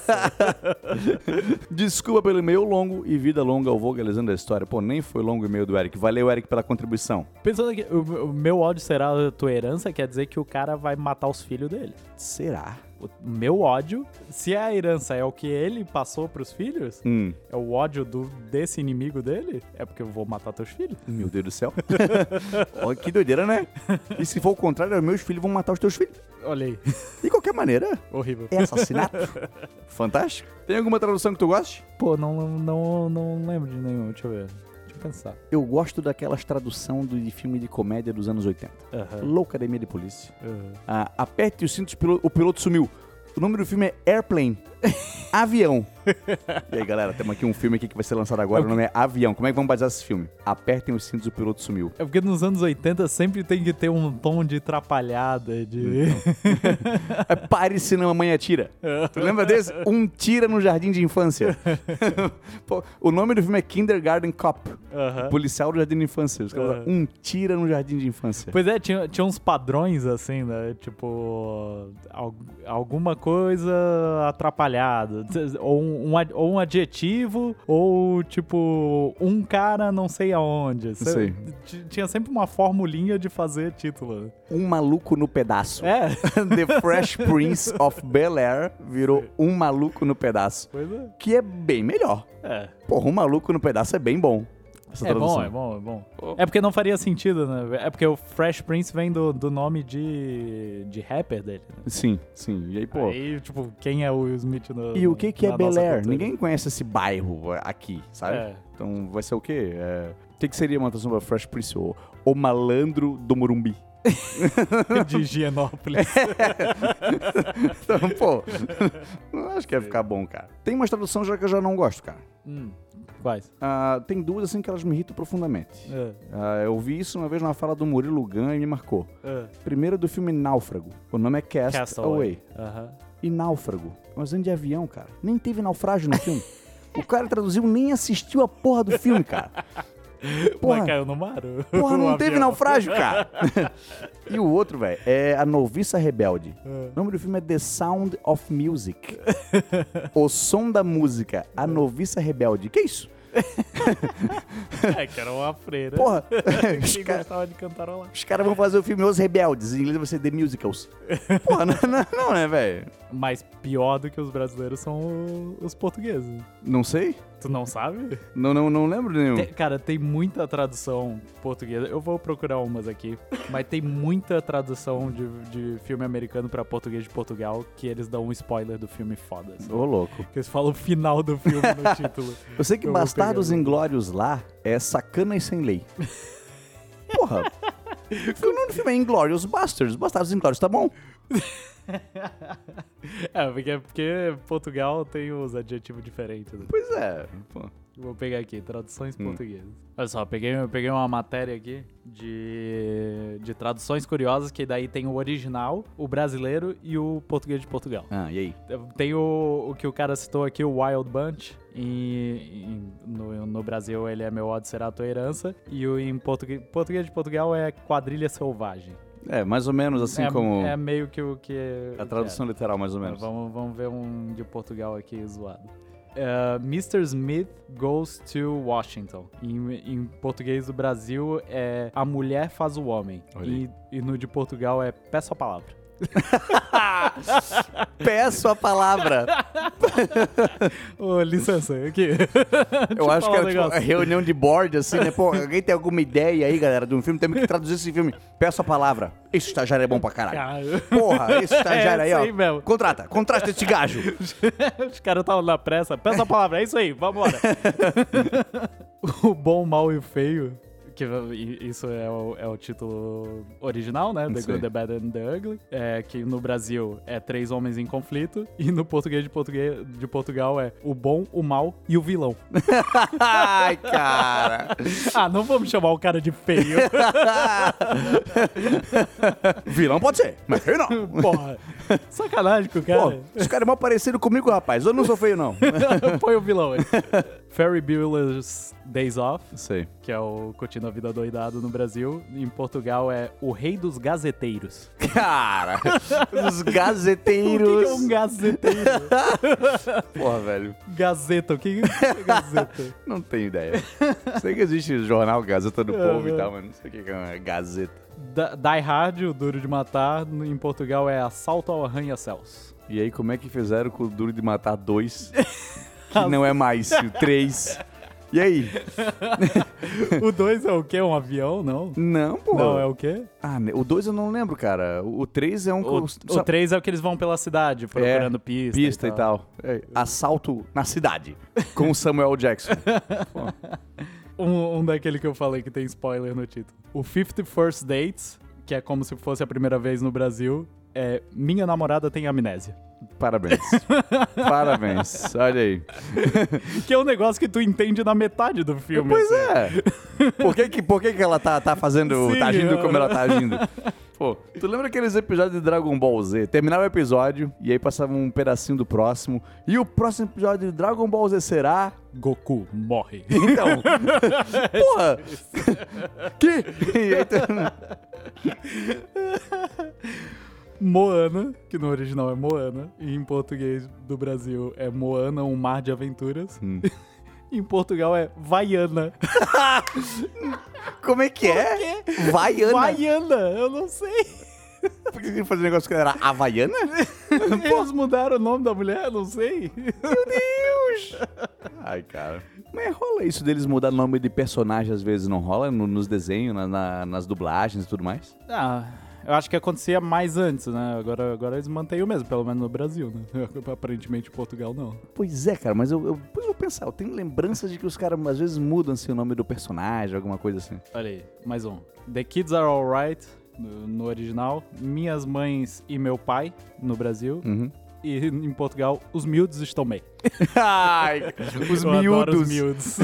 Desculpa pelo e-mail longo e vida longa ao Vogalizando a História. Pô, nem foi longo o e-mail do Eric. Valeu, Eric, pela contribuição. Pensando que o meu ódio será a tua herança, quer dizer que o cara vai matar os filhos dele. Será? O meu ódio, se a herança é o que ele passou pros filhos, é o ódio desse inimigo dele, é porque eu vou matar teus filhos. Meu Deus do céu. Olha que doideira, né? E se for o contrário, meus filhos vão matar os teus filhos. Olha aí. De qualquer maneira. Horrível. É assassinato. Fantástico. Tem alguma tradução que tu goste? Pô, não lembro de nenhum, deixa eu ver. Pensar. Eu gosto daquelas tradução de filme de comédia dos anos 80. Loucademia de Polícia. Aperte os cintos, o piloto sumiu. O nome do filme é Airplane. Avião. E aí, galera, temos aqui um filme aqui que vai ser lançado agora, o nome é Avião. Como é que vamos batizar esse filme? Apertem os cintos, o piloto sumiu. É porque nos anos 80 sempre tem que ter um tom de atrapalhada, de... Pare, senão a mãe atira. Tu lembra desse? Um tira no jardim de infância. Pô, o nome do filme é Kindergarten Cop. Policial do jardim de infância. Os caras falam, um tira no jardim de infância. Pois é, tinha uns padrões assim, né? Tipo, alguma coisa atrapalhada. Ou um adjetivo, ou tipo, um cara não sei aonde. Sei. Tinha sempre uma formulinha de fazer título. Um maluco no pedaço. É. The Fresh Prince of Bel-Air virou Um Maluco no Pedaço. Pois é. Que é bem melhor. É. Porra, Um Maluco no Pedaço é bem bom. É bom. É porque não faria sentido, né? É porque o Fresh Prince vem do nome de rapper dele, né? Sim. E aí, pô... Aí, tipo, quem é o Will Smith no... E o que é na Bel nossa Air? cultura? Ninguém conhece esse bairro aqui, sabe? É. Então vai ser o quê? O que seria uma tradução para Fresh Prince? O Malandro do Morumbi. De Higienópolis. Então, pô... acho que ia ficar bom, cara. Tem umas traduções já que eu já não gosto, cara. Quais? Tem duas assim que elas me irritam profundamente. Eu vi isso uma vez numa fala do Murilo Gun e me marcou. Primeiro do filme Náufrago. O nome é Cast Away. E Náufrago. Mas de avião, cara. Nem teve naufrágio no filme. O cara traduziu, nem assistiu a porra do filme, cara. Porra, mas caiu no mar. Porra, não teve naufrágio, cara. E o outro, velho, é A Noviça Rebelde. O nome do filme é The Sound of Music. O Som da Música. A Noviça Rebelde. Que isso? É, que era uma freira. Porra. Que gostava de cantarolar. Os caras vão fazer o filme Os Rebeldes. Em inglês vai ser The Musicals. Porra, não, né, velho? Mas pior do que os brasileiros são os portugueses. Não sei. Tu não sabe? Não lembro nenhum. Cara, tem muita tradução portuguesa. Eu vou procurar umas aqui. Mas tem muita tradução de filme americano pra português de Portugal que eles dão um spoiler do filme foda. Assim. Ô, louco. Que eles falam o final do filme no título. Eu sei que Bastardos Inglórios lá é Sacana e Sem Lei. Porra. O nome do filme é Inglorious Bastards. Bastardos Inglórios, tá bom? Porque Portugal tem os adjetivos diferentes. Né? Pois é. Pô. Vou pegar aqui, traduções portuguesas. Olha só, eu peguei uma matéria aqui de traduções curiosas, que daí tem o original, o brasileiro e o português de Portugal. E aí? Tem o que o cara citou aqui, o Wild Bunch. No Brasil ele é Meu Ódio Será a Tua Herança. E em português de Portugal é Quadrilha Selvagem. É, mais ou menos assim como... É meio que o que... A tradução literal, mais ou menos. Vamos ver um de Portugal aqui zoado. Mr. Smith Goes to Washington. Em português do Brasil é A Mulher Faz o Homem. E no de Portugal é Peço a Palavra. Peço a palavra. Ô, licença, aqui. Eu acho que era tipo a reunião de board, assim, né? Pô, alguém tem alguma ideia aí, galera, de um filme? Temos que traduzir esse filme. Peço a palavra. Esse estagiário é bom pra caralho. Porra, esse estagiário aí, ó. Aí mesmo. Contrata esse gajo. Os caras estavam na pressa. Peça a palavra, é isso aí, vambora. O Bom, o Mal e o Feio, que isso é o título original, né? The Good, The Bad and The Ugly. Que no Brasil é 3 homens em conflito. E no português de Portugal é o bom, o mal e o vilão. Ai, cara. Não vamos chamar o cara de feio. Vilão pode ser, mas feio não. Porra, sacanagem com o cara. Pô, esse cara é mal parecido comigo, rapaz. Eu não sou feio, não. Põe o vilão aí. Ferry Bueller's Days Off, Sei. que é o Curtindo a Vida Doidado no Brasil. Em Portugal é o Rei dos Gazeteiros. Cara, os gazeteiros. O que é um gazeteiro? Porra, velho. Gazeta, o que é Gazeta? Não tenho ideia. Sei que existe o jornal Gazeta do Povo e tal, mas não sei o que é uma gazeta. Die Hard, o Duro de Matar, em Portugal é Assalto ao Arranha-Céus. E aí, como é que fizeram com o Duro de Matar 2? Que não é mais, o 3. E aí? O 2 é o quê? Um avião, não? Não, pô. Não, é o quê? O 2 eu não lembro, cara. O 3 é um... O 3 é o que eles vão pela cidade, procurando pista e tal. Assalto na cidade, com o Samuel Jackson. Um daquele que eu falei que tem spoiler no título. O 50 First Dates, que é como se fosse a primeira vez no Brasil, é Minha Namorada Tem Amnésia. Parabéns. Parabéns. Olha aí. Que é um negócio que tu entende na metade do filme. Pois assim. Por que ela tá fazendo, Sim, tá agindo como ela tá agindo? Pô, tu lembra aqueles episódios de Dragon Ball Z? Terminava o episódio e aí passava um pedacinho do próximo. E o próximo episódio de Dragon Ball Z será... Goku morre. Então. Porra. Que? E aí Moana, que no original é Moana, e em português do Brasil é Moana, um mar de aventuras. Em Portugal é Vaiana. Como é que é? Vaiana. Vaiana, eu não sei. Por que ele fazia um negócio que era Havaiana? Eles mudaram o nome da mulher, não sei. Meu Deus! Ai, cara. Mas rola isso deles mudar o nome de personagem às vezes, não rola? Nos desenhos, nas dublagens e tudo mais? Eu acho que acontecia mais antes, né? Agora eles mantêm o mesmo, pelo menos no Brasil, né? Aparentemente em Portugal não. Pois é, cara, mas eu vou pensar, eu tenho lembranças de que os caras às vezes mudam assim, o nome do personagem, alguma coisa assim. Olha aí, mais um. The Kids Are Alright, no original. Minhas Mães e Meu Pai, no Brasil. E em Portugal, Os Miúdos Estão Bem. Ai, os Eu miúdos. adoro os miúdos.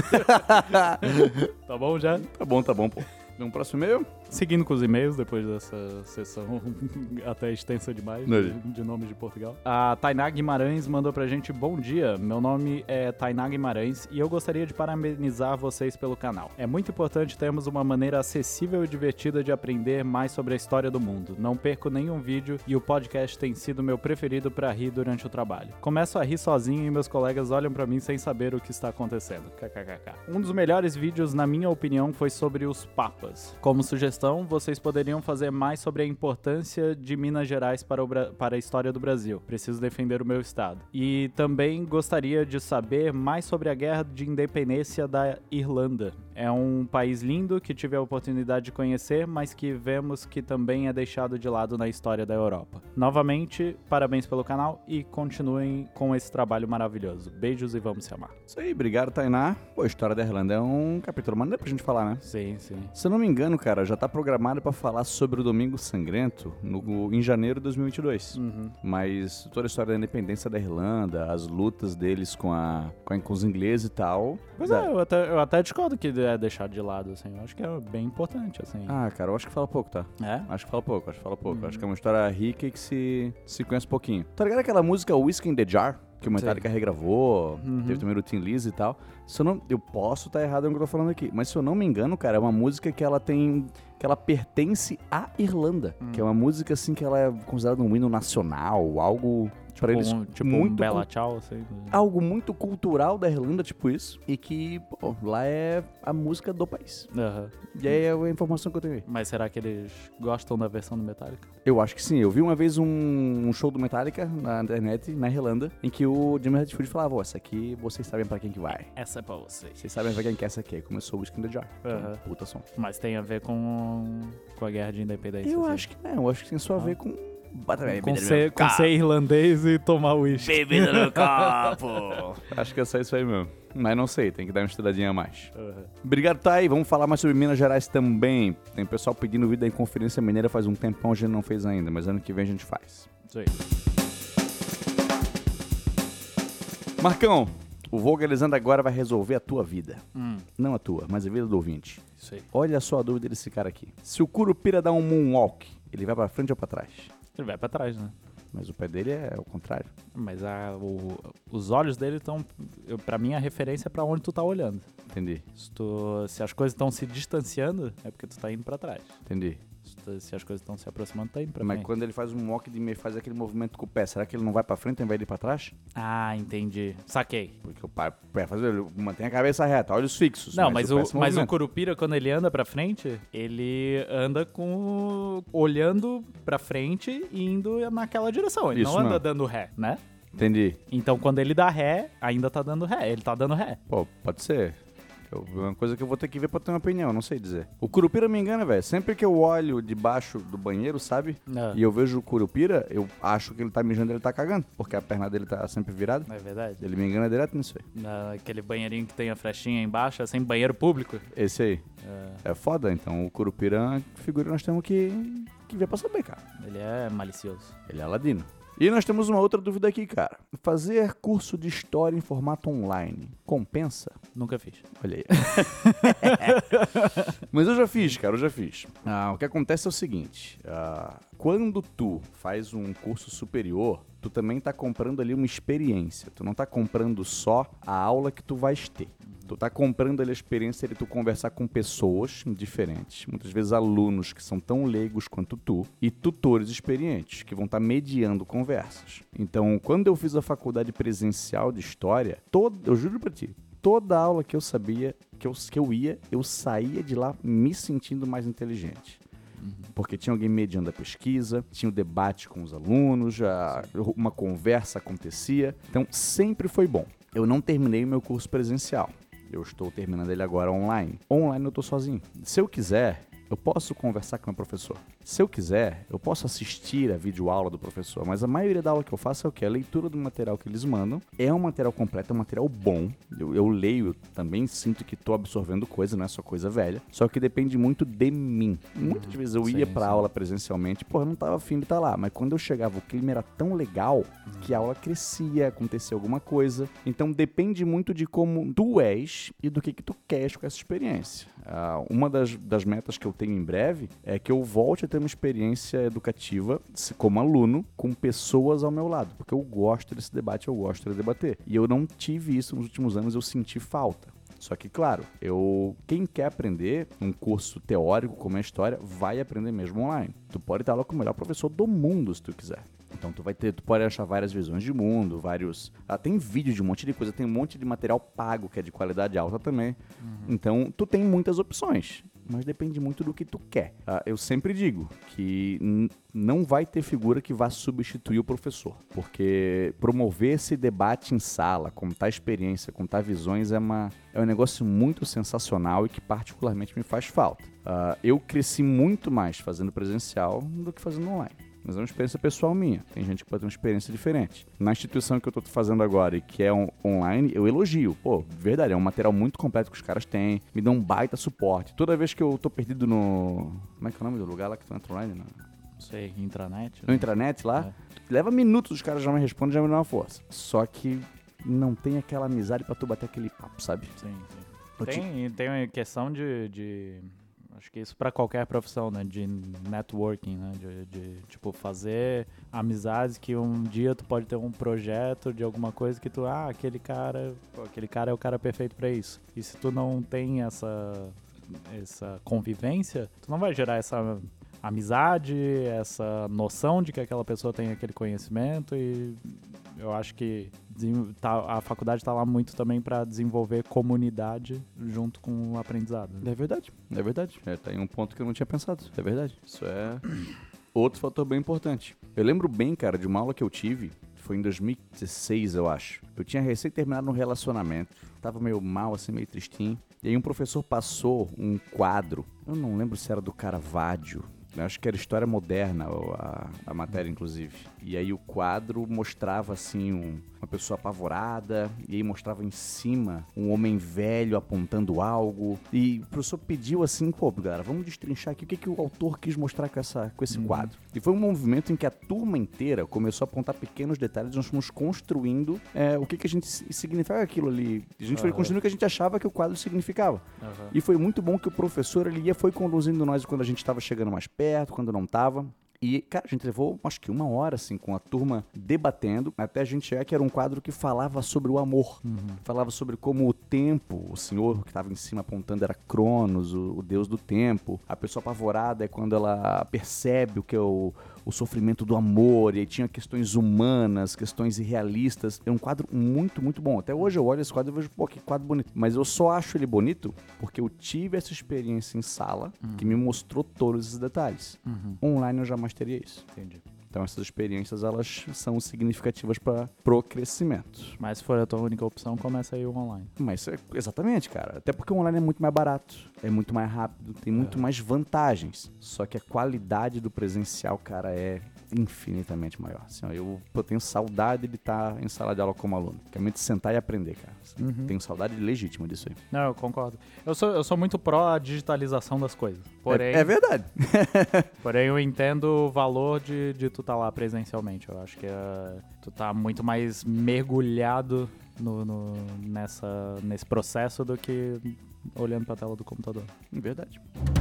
Tá bom já? Tá bom, pô. Vamos pro próximo e-mail? Seguindo com os e-mails, depois dessa sessão até extensa demais de nomes de Portugal. A Tainá Guimarães mandou pra gente: bom dia, meu nome é Tainá Guimarães e eu gostaria de parabenizar vocês pelo canal. É muito importante termos uma maneira acessível e divertida de aprender mais sobre a história do mundo. Não perco nenhum vídeo e o podcast tem sido meu preferido pra rir durante o trabalho. Começo a rir sozinho e meus colegas olham pra mim sem saber o que está acontecendo. KKKK. Um dos melhores vídeos, na minha opinião, foi sobre os papas. Como sugestão, vocês poderiam fazer mais sobre a importância de Minas Gerais para a história do Brasil. Preciso defender o meu estado. E também gostaria de saber mais sobre a Guerra de Independência da Irlanda. É um país lindo que tive a oportunidade de conhecer, mas que vemos que também é deixado de lado na história da Europa. Novamente, parabéns pelo canal e continuem com esse trabalho maravilhoso. Beijos e vamos se amar. Isso aí, obrigado, Tainá. Pô, a história da Irlanda é um capítulo maneiro pra gente falar, né? Sim, sim. Se eu não me engano, cara, já tá programado pra falar sobre o Domingo Sangrento em janeiro de 2022. Mas toda a história da independência da Irlanda, as lutas deles com os ingleses e tal. Pois é, eu até discordo que é deixado de lado, assim. Eu acho que é bem importante, assim. Ah, cara, eu acho que fala pouco, tá? É? Acho que fala pouco. Acho que é uma história rica e que se conhece pouquinho. Tá ligado aquela música Whiskey in the Jar? Que o Metallica regravou, teve também o Tim Lizzy e tal. Eu posso estar errado no que eu tô falando aqui, mas se eu não me engano, cara, é uma música que ela pertence à Irlanda. Que é uma música, assim, que ela é considerada um hino nacional, algo Pra eles, tipo muito um Bela Tchau, assim. algo muito cultural da Irlanda, tipo isso, e que, pô, lá é a música do país. Aham. E aí é a informação que eu tenho aí. Mas será que eles gostam da versão do Metallica? Eu acho que sim. Eu vi uma vez um show do Metallica na internet, na Irlanda, em que o Jimmy Hetfield falava, essa aqui vocês sabem pra quem que vai. Essa é pra vocês. Vocês sabem pra quem que é essa aqui. Aí começou o Whiskey in the Jar. Aham. Puta som. Mas tem a ver com a guerra de independência. Eu assim. acho que não. Eu acho que tem só a ver com... Bota bem, Com bebida no ser, com ser irlandês e tomar uísque. Bebida no copo. Acho que é só isso aí mesmo. Mas não sei, tem que dar uma estudadinha a mais. Uhum. Obrigado, Thay. Vamos falar mais sobre Minas Gerais também. Tem pessoal pedindo vídeo da Conferência Mineira faz um tempão, a gente não fez ainda, mas ano que vem a gente faz. Isso aí. Marcão, o Vogalizando agora vai resolver a tua vida. Hum. Não a tua, mas a vida do ouvinte. Isso aí. Olha só a dúvida desse cara aqui. Se o Curupira dá um moonwalk, ele vai pra frente ou pra trás? Ele vai pra trás, né? Mas o pé dele é o contrário. Mas os olhos dele estão... Pra mim, a referência é pra onde tu tá olhando. Entendi, Se as coisas estão se distanciando, é porque tu tá indo pra trás. entendi. Se as coisas estão se aproximando, tá indo pra Mas frente. quando ele faz um moonwalk de meio, faz aquele movimento com o pé, será que ele não vai pra frente ao invés de ir pra trás? Ah, entendi. Saquei. Porque o pé faz, ele mantém a cabeça reta, olhos fixos. Não, mas pé se o movimenta. Curupira, quando ele anda pra frente, ele anda olhando pra frente e indo naquela direção. Ele Isso não anda mesmo. dando ré, né? Entendi. Então, quando ele dá ré, ainda tá dando ré. Ele tá dando ré. Pô, pode ser. É uma coisa que eu vou ter que ver pra ter uma opinião, não sei dizer. O Curupira me engana, velho. Sempre que eu olho debaixo do banheiro, sabe? Ah. E eu vejo o Curupira, eu acho que ele tá mijando e ele tá cagando. Porque a perna dele tá sempre virada. Não é verdade? Ele me engana direto nisso aí. Aquele banheirinho que tem a flechinha embaixo, é sem banheiro público. Esse aí. É foda, então o Curupira é uma figura que nós temos que ver pra saber, cara. Ele é malicioso. Ele é ladino. E nós temos uma outra dúvida aqui, cara. Fazer curso de história em formato online compensa? Nunca fiz. Olha aí. Mas eu já fiz, cara, eu já fiz. O que acontece é o seguinte. Quando tu faz um curso superior, tu também tá comprando ali uma experiência. Tu não tá comprando só a aula que tu vais ter. Tu tá comprando ali a experiência de tu conversar com pessoas diferentes, muitas vezes alunos que são tão leigos quanto tu, e tutores experientes, que vão estar mediando conversas. Então, quando eu fiz a faculdade presencial de História, eu juro pra ti, toda aula que eu sabia, que eu ia, eu saía de lá me sentindo mais inteligente. Porque tinha alguém mediando a pesquisa, tinha o debate com os alunos, uma conversa acontecia. Então, sempre foi bom. Eu não terminei o meu curso presencial. Eu estou terminando ele agora online. Online eu estou sozinho. Se eu quiser, eu posso conversar com o meu professor. Se eu quiser, eu posso assistir a videoaula do professor, mas a maioria da aula que eu faço é o quê? A leitura do material que eles mandam. É um material completo, é um material bom. Eu leio, eu também sinto que estou absorvendo coisa, não é só coisa velha. Só que depende muito de mim. Muitas vezes eu ia pra aula presencialmente, eu não tava afim de estar lá. Mas quando eu chegava, o clima era tão legal que a aula crescia, acontecia alguma coisa. Então depende muito de como tu és e do que tu queres com essa experiência. Uma das metas que eu tenho em breve é que eu volte a ter uma experiência educativa como aluno com pessoas ao meu lado, porque eu gosto desse debate, eu gosto de debater. E eu não tive isso nos últimos anos, eu senti falta. Só que, claro, quem quer aprender um curso teórico como é a história, vai aprender mesmo online. Tu pode estar lá com o melhor professor do mundo, se tu quiser. Então tu pode achar várias visões de mundo, tem vídeo de um monte de coisa, tem um monte de material pago que é de qualidade alta também. Então tu tem muitas opções, mas depende muito do que tu quer. Eu sempre digo que não vai ter figura que vá substituir o professor, porque promover esse debate em sala, contar experiência, contar visões é um negócio muito sensacional e que particularmente me faz falta. Eu cresci muito mais fazendo presencial do que fazendo online. Mas é uma experiência pessoal minha. Tem gente que pode ter uma experiência diferente. Na instituição que eu tô fazendo agora e que é online, eu elogio. Pô, verdade, é um material muito completo que os caras têm. Me dão um baita suporte. Toda vez que eu tô perdido no... Como é que é o nome do lugar lá que tu entra online? Não sei, intranet? No intranet lá. Leva minutos, os caras já me respondem, já me dão uma força. Só que não tem aquela amizade pra tu bater aquele papo, sabe? Sim. Tem uma questão de acho que isso para qualquer profissão, né? De networking, né? De tipo, fazer amizades que um dia tu pode ter um projeto de alguma coisa que tu... aquele cara é o cara perfeito para isso. E se tu não tem essa convivência, tu não vai gerar essa amizade, essa noção de que aquela pessoa tem aquele conhecimento e Eu acho que a faculdade tá lá muito também para desenvolver comunidade junto com o aprendizado. É verdade. Tá em um ponto que eu não tinha pensado. É verdade. Isso é outro fator bem importante. Eu lembro bem, cara, de uma aula que eu tive, foi em 2016, eu acho. Eu tinha recém terminado um relacionamento, tava meio mal, assim, meio tristinho. E aí um professor passou um quadro, eu não lembro se era do Caravaggio, eu acho que era História Moderna, a matéria, inclusive. E aí o quadro mostrava, assim, uma pessoa apavorada, e aí mostrava em cima um homem velho apontando algo. E o professor pediu assim, pô, galera, vamos destrinchar aqui o que o autor quis mostrar com esse quadro. E foi um movimento em que a turma inteira começou a apontar pequenos detalhes, nós fomos construindo o que a gente significava aquilo ali. A gente foi construindo o que a gente achava que o quadro significava. E foi muito bom que o professor, foi conduzindo nós quando a gente estava chegando mais perto, quando não estava. E, cara, a gente levou, acho que 1 hora, assim, com a turma debatendo, até a gente chegar que era um quadro que falava sobre o amor. Falava sobre como o tempo, o senhor que estava em cima apontando era Cronos, o deus do tempo. A pessoa apavorada é quando ela percebe o que é o sofrimento do amor, e aí tinha questões humanas, questões irrealistas. É um quadro muito, muito bom. Até hoje eu olho esse quadro e vejo, pô, que quadro bonito. Mas eu só acho ele bonito porque eu tive essa experiência em sala que me mostrou todos esses detalhes. Online eu jamais teria isso. Entendi. Então essas experiências, elas são significativas pro crescimento. Mas se for a tua única opção, começa aí o online. Mas exatamente, cara. Até porque o online é muito mais barato, é muito mais rápido, tem muito mais vantagens. Só que a qualidade do presencial, cara, é infinitamente maior. Assim, ó, eu tenho saudade de estar em sala de aula como aluno. Realmente sentar e aprender, cara. Tenho saudade legítima disso aí. Não, eu concordo. Eu sou muito pró a digitalização das coisas. Porém, É verdade. Porém, eu entendo o valor de tu estar lá presencialmente. Eu acho que tu tá muito mais mergulhado nesse processo do que olhando pra tela do computador. Verdade.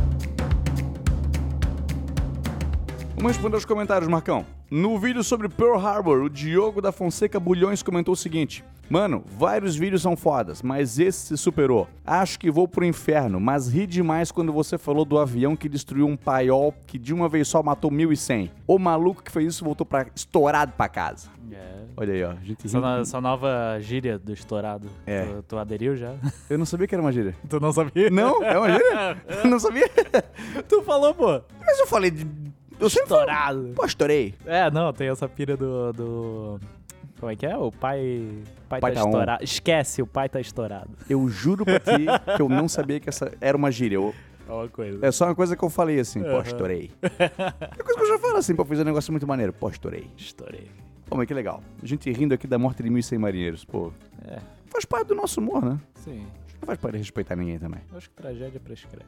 Vamos responder os comentários, Marcão. No vídeo sobre Pearl Harbor, o Diogo da Fonseca Bulhões comentou o seguinte: mano, vários vídeos são fodas, mas esse se superou. Acho que vou pro inferno, mas ri demais quando você falou do avião que destruiu um paiol que de uma vez só matou 1.100. O maluco que fez isso voltou estourado pra casa. Olha aí, ó. A gente essa nova gíria do estourado. Tu aderiu já? Eu não sabia que era uma gíria. Tu não sabia? Não? É uma gíria? Eu não sabia. Tu falou, pô. Mas eu falei de... Estourado. Pô, estourei. Não, tem essa pira do... Como é que é? O pai tá estourado. Esquece, o pai tá estourado. Eu juro pra ti que eu não sabia que essa era uma gíria. Uma coisa. É só uma coisa que eu falei assim, pô, estourei. É coisa que eu já falo assim, pô, fiz um negócio muito maneiro. Pô, estourei. Pô, mas que legal. A gente rindo aqui da morte de 1.100 marinheiros, pô. Faz parte do nosso humor, né? Sim. Não faz parte de respeitar ninguém também. Eu acho que tragédia prescreve.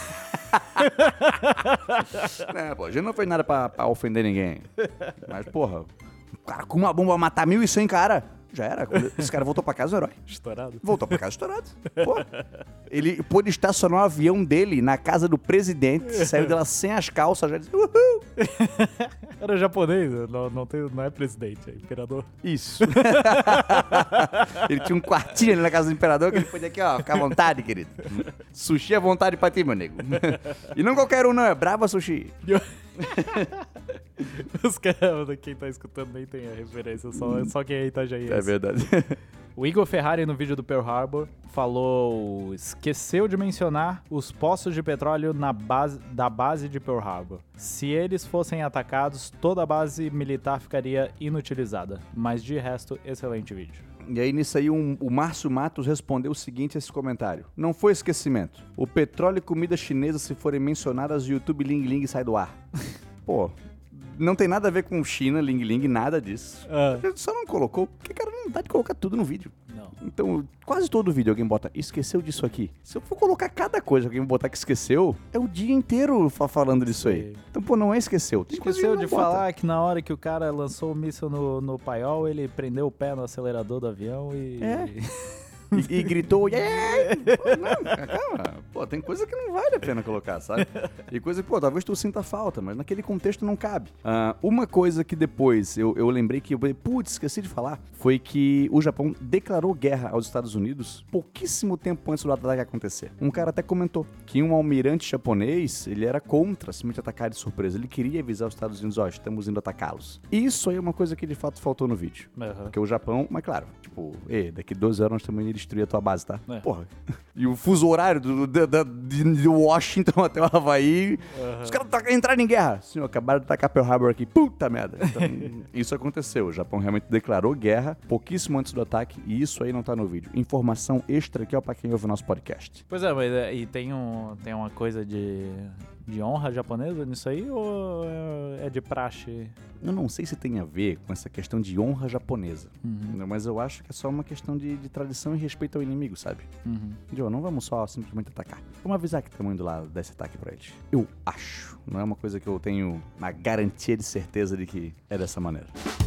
Pô, a gente não fez nada pra ofender ninguém. Mas, porra, o cara com uma bomba matar 1.100 cara, já era. Esse cara voltou pra casa, o herói. Estourado? Voltou pra casa estourado. Pô, ele pôde estacionar o avião dele na casa do presidente, saiu dela sem as calças, já disse, uhul. Era japonês, não é presidente, é imperador. Isso. Ele tinha um quartinho ali na casa do imperador que ele podia aqui, ó, ficar à vontade, querido. Sushi à vontade pra ti, meu nego. E não qualquer um, não, é Brava Sushi. Os caras, quem tá escutando nem tem a referência, só quem é Itajaí. É verdade. O Igor Ferrari, no vídeo do Pearl Harbor, falou: esqueceu de mencionar os poços de petróleo da base de Pearl Harbor. Se eles fossem atacados, toda a base militar ficaria inutilizada. Mas de resto, excelente vídeo. E aí, nisso aí, o Márcio Matos respondeu o seguinte a esse comentário: não foi esquecimento. O petróleo e comida chinesa, se forem mencionadas, o YouTube Ling Ling sai do ar. Pô, não tem nada a ver com China, Ling Ling, nada disso. Só não colocou, porque, cara, não dá de colocar tudo no vídeo. Não. Então, quase todo vídeo alguém bota, esqueceu disso aqui. Se eu for colocar cada coisa que alguém botar que esqueceu, é o dia inteiro falando disso aí. Então, pô, não é esqueceu. Esqueceu de falar que na hora que o cara lançou o míssil no paiol, ele prendeu o pé no acelerador do avião e... e gritou, yeah! Pô, não, calma. Pô, tem coisa que não vale a pena colocar, sabe? E coisa que, pô, talvez tu sinta falta, mas naquele contexto não cabe. Uma coisa que depois eu lembrei que esqueci de falar, foi que o Japão declarou guerra aos Estados Unidos pouquíssimo tempo antes do ataque acontecer. Um cara até comentou que um almirante japonês, ele era contra simplesmente atacar de surpresa. Ele queria avisar os Estados Unidos, estamos indo atacá-los. Isso aí é uma coisa que de fato faltou no vídeo. Porque o Japão, mas claro, tipo, daqui 12 horas nós também ia destruir a tua base, tá? Porra. E o fuso horário de Washington até o Havaí, os caras entraram em guerra. Senhor, acabaram de atacar Pearl Harbor aqui. Puta merda. Então, isso aconteceu. O Japão realmente declarou guerra pouquíssimo antes do ataque e isso aí não tá no vídeo. Informação extra aqui, ó, pra quem ouve o nosso podcast. Pois é, mas e tem uma coisa de honra japonesa nisso aí ou é de praxe? Eu não sei se tem a ver com essa questão de honra japonesa, mas eu acho que é só uma questão de tradição e respeito ao inimigo, sabe? Joe, não vamos só simplesmente atacar. Vamos avisar que estamos indo lá desse ataque pra eles. Eu acho. Não é uma coisa que eu tenho uma garantia de certeza de que é dessa maneira.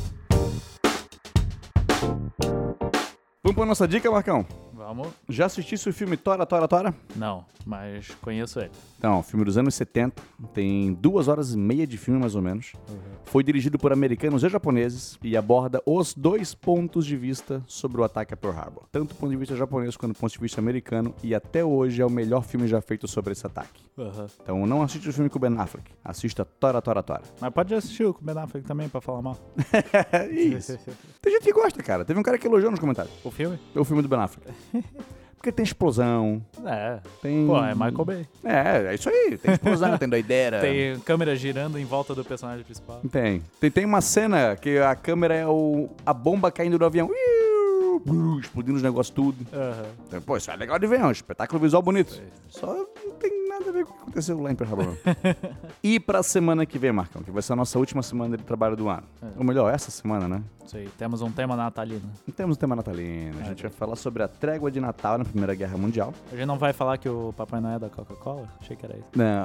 Vamos pra nossa dica, Marcão? Vamos. Já assististe o filme Tora, Tora, Tora? Não, mas conheço ele. Então, filme dos anos 70, tem 2 horas e meia de filme, mais ou menos. Foi dirigido por americanos e japoneses e aborda os 2 pontos de vista sobre o ataque a Pearl Harbor. Tanto do ponto de vista japonês quanto do ponto de vista americano, e até hoje é o melhor filme já feito sobre esse ataque. Então não assiste o filme com o Ben Affleck, assista Tora, Tora, Tora. Mas pode assistir o Ben Affleck também, pra falar mal. Isso. Tem gente que gosta, cara. Teve um cara que elogiou nos comentários. O filme? O filme do Ben Affleck. Porque tem explosão. Tem... Pô, é Michael Bay. É isso aí. Tem explosão, tem doideira. Tem câmera girando em volta do personagem principal. Tem uma cena que a câmera é a bomba caindo do avião. Explodindo os negócios tudo. Então, pô, isso é legal de ver, é um espetáculo visual bonito. Só não tem nada a ver com o que aconteceu lá em Pearl Harbor. E pra semana que vem, Marcão, que vai ser a nossa última semana de trabalho do ano. Ou melhor, essa semana, né? Isso aí, temos um tema natalino. Temos um tema natalino. A gente vai falar sobre a trégua de Natal na Primeira Guerra Mundial. A gente não vai falar que o Papai Noel é da Coca-Cola? Achei que era isso. Não.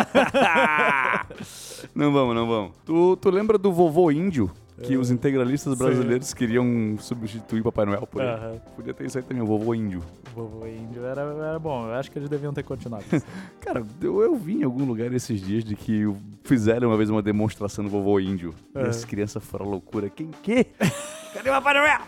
Não vamos. Tu lembra do vovô índio? Que os integralistas brasileiros queriam substituir Papai Noel por ele. Podia ter isso aí também, o vovô índio. O vovô índio era bom, eu acho que eles deviam ter continuado. Cara, eu vi em algum lugar esses dias de que fizeram uma vez uma demonstração do vovô índio. E as crianças foram loucura. Quem que? Cadê o Papai Noel?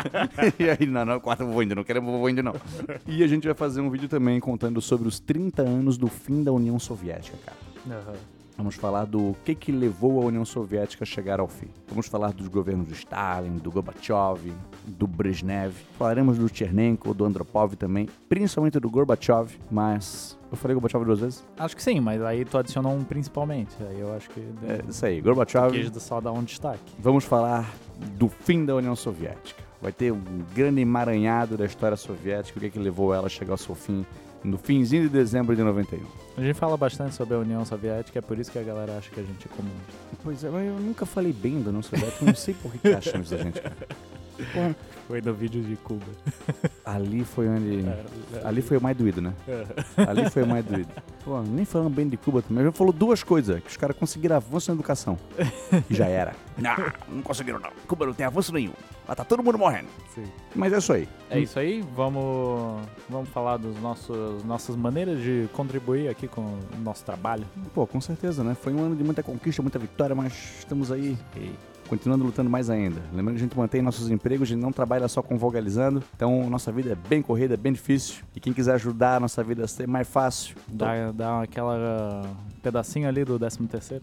E aí, não, quarta vovô índio, não queremos vovô índio não. E a gente vai fazer um vídeo também contando sobre os 30 anos do fim da União Soviética, cara. Vamos falar do que levou a União Soviética a chegar ao fim. Vamos falar dos governos do Stalin, do Gorbachev, do Brezhnev. Falaremos do Chernenko, do Andropov também, principalmente do Gorbachev, mas... Eu falei Gorbachev 2 vezes? Acho que sim, mas aí tu adicionou um principalmente. Aí eu acho que... isso aí, Gorbachev. Quis só dar um destaque. Vamos falar do fim da União Soviética. Vai ter um grande emaranhado da história soviética, o que levou ela a chegar ao seu fim no finzinho de dezembro de 91. A gente fala bastante sobre a União Soviética, é por isso que a galera acha que a gente é comunista. Pois é, mas eu nunca falei bem da União Soviética, não sei por que acham isso da gente, cara. Porra. Foi no vídeo de Cuba. Ali foi onde... Ali foi o mais doído, né? Ali foi o mais doído. Pô, nem falando bem de Cuba também. Já falou 2 coisas, que os caras conseguiram avanço na educação. E já era. Não conseguiram não. Cuba não tem avanço nenhum. Mas tá todo mundo morrendo. Sim. Mas é isso aí. É isso aí. Vamos falar das nossas maneiras de contribuir aqui com o nosso trabalho. Pô, com certeza, né? Foi um ano de muita conquista, muita vitória, mas estamos aí... continuando lutando mais ainda. Lembrando que a gente mantém nossos empregos, a gente não trabalha só com Vogalizando, então nossa vida é bem corrida, é bem difícil. E quem quiser ajudar a nossa vida a ser mais fácil... Dá aquela pedacinho ali do 13º.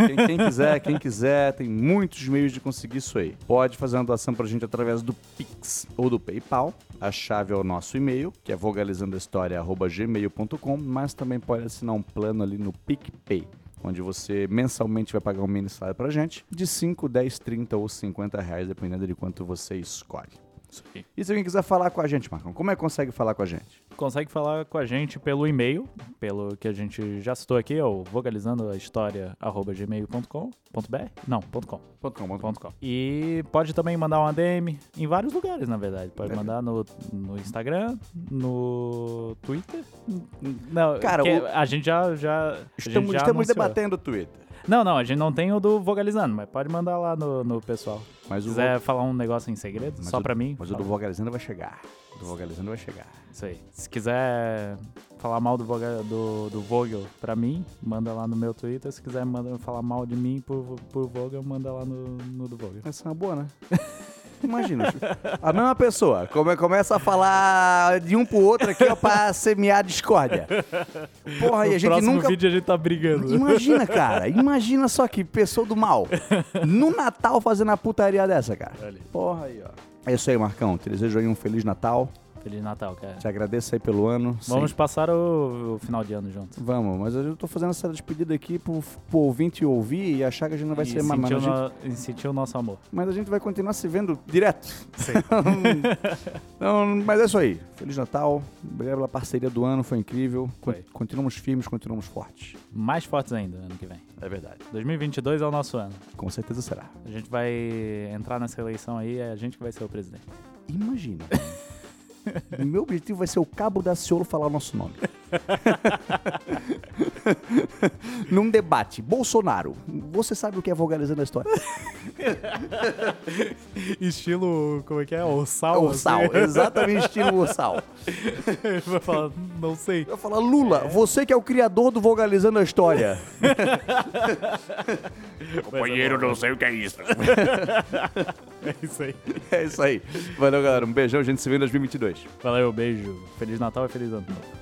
Quem quiser, tem muitos meios de conseguir isso aí. Pode fazer uma doação pra gente através do Pix ou do PayPal. A chave é o nosso e-mail, que é vogalizandohistoria@gmail.com, mas também pode assinar um plano ali no PicPay, onde você mensalmente vai pagar um mini salário pra gente, de 5, 10, 30 ou 50 reais, dependendo de quanto você escolhe. Isso aí. E se alguém quiser falar com a gente, Marcão, como é que consegue falar com a gente? Consegue falar com a gente pelo e-mail, pelo que a gente já citou aqui, é o vogalizandohistoria@gmail.com.br? Não, .com. E pode também mandar uma DM em vários lugares, na verdade. Pode mandar no Instagram, no Twitter. Não, cara, a gente já estamos debatendo o Twitter. Não, a gente não tem o do Vogalizando, mas pode mandar lá no pessoal. Mas Se quiser falar um negócio em segredo, só pra mim. Mas o do Vogalizando vai chegar. Isso aí. Se quiser falar mal do Vogel pra mim, manda lá no meu Twitter. Se quiser falar mal de mim por Vogel, manda lá no do Vogel. Essa é uma boa, né? Imagina, a mesma pessoa começa a falar de um pro outro aqui, ó, pra semear discórdia. Porra, e a gente próximo nunca... vídeo a gente tá brigando. Imagina, cara, imagina só que pessoa do mal. No Natal fazendo a putaria dessa, cara. Porra aí, ó. É isso aí, Marcão. Te desejo aí um Feliz Natal. Feliz Natal, cara. Te agradeço aí pelo ano. Vamos passar o final de ano juntos. Vamos, mas eu tô fazendo essa despedida aqui pro ouvinte ouvir e achar que a gente não vai ser mais. E sentir o nosso amor. Mas a gente vai continuar se vendo direto. Sim. Então, mas é isso aí. Feliz Natal. Obrigado pela parceria do ano, foi incrível. Continuamos firmes, continuamos fortes. Mais fortes ainda ano que vem. É verdade. 2022 é o nosso ano. Com certeza será. A gente vai entrar nessa eleição aí, é a gente que vai ser o presidente. Imagina. O meu objetivo vai ser o Cabo Daciolo falar o nosso nome. Num debate. Bolsonaro, você sabe o que é Vogalizando a História? Estilo, como é que é? Ossal? Ossal, exatamente estilo Ossal. Ele vai falar, não sei. Eu vou falar, Lula, você que é o criador do Vogalizando a História. Companheiro, não sei o que é isso. É isso aí. É isso aí. Valeu, galera. Um beijão, a gente se vê em 2022. Valeu, beijo. Feliz Natal e Feliz Ano Novo.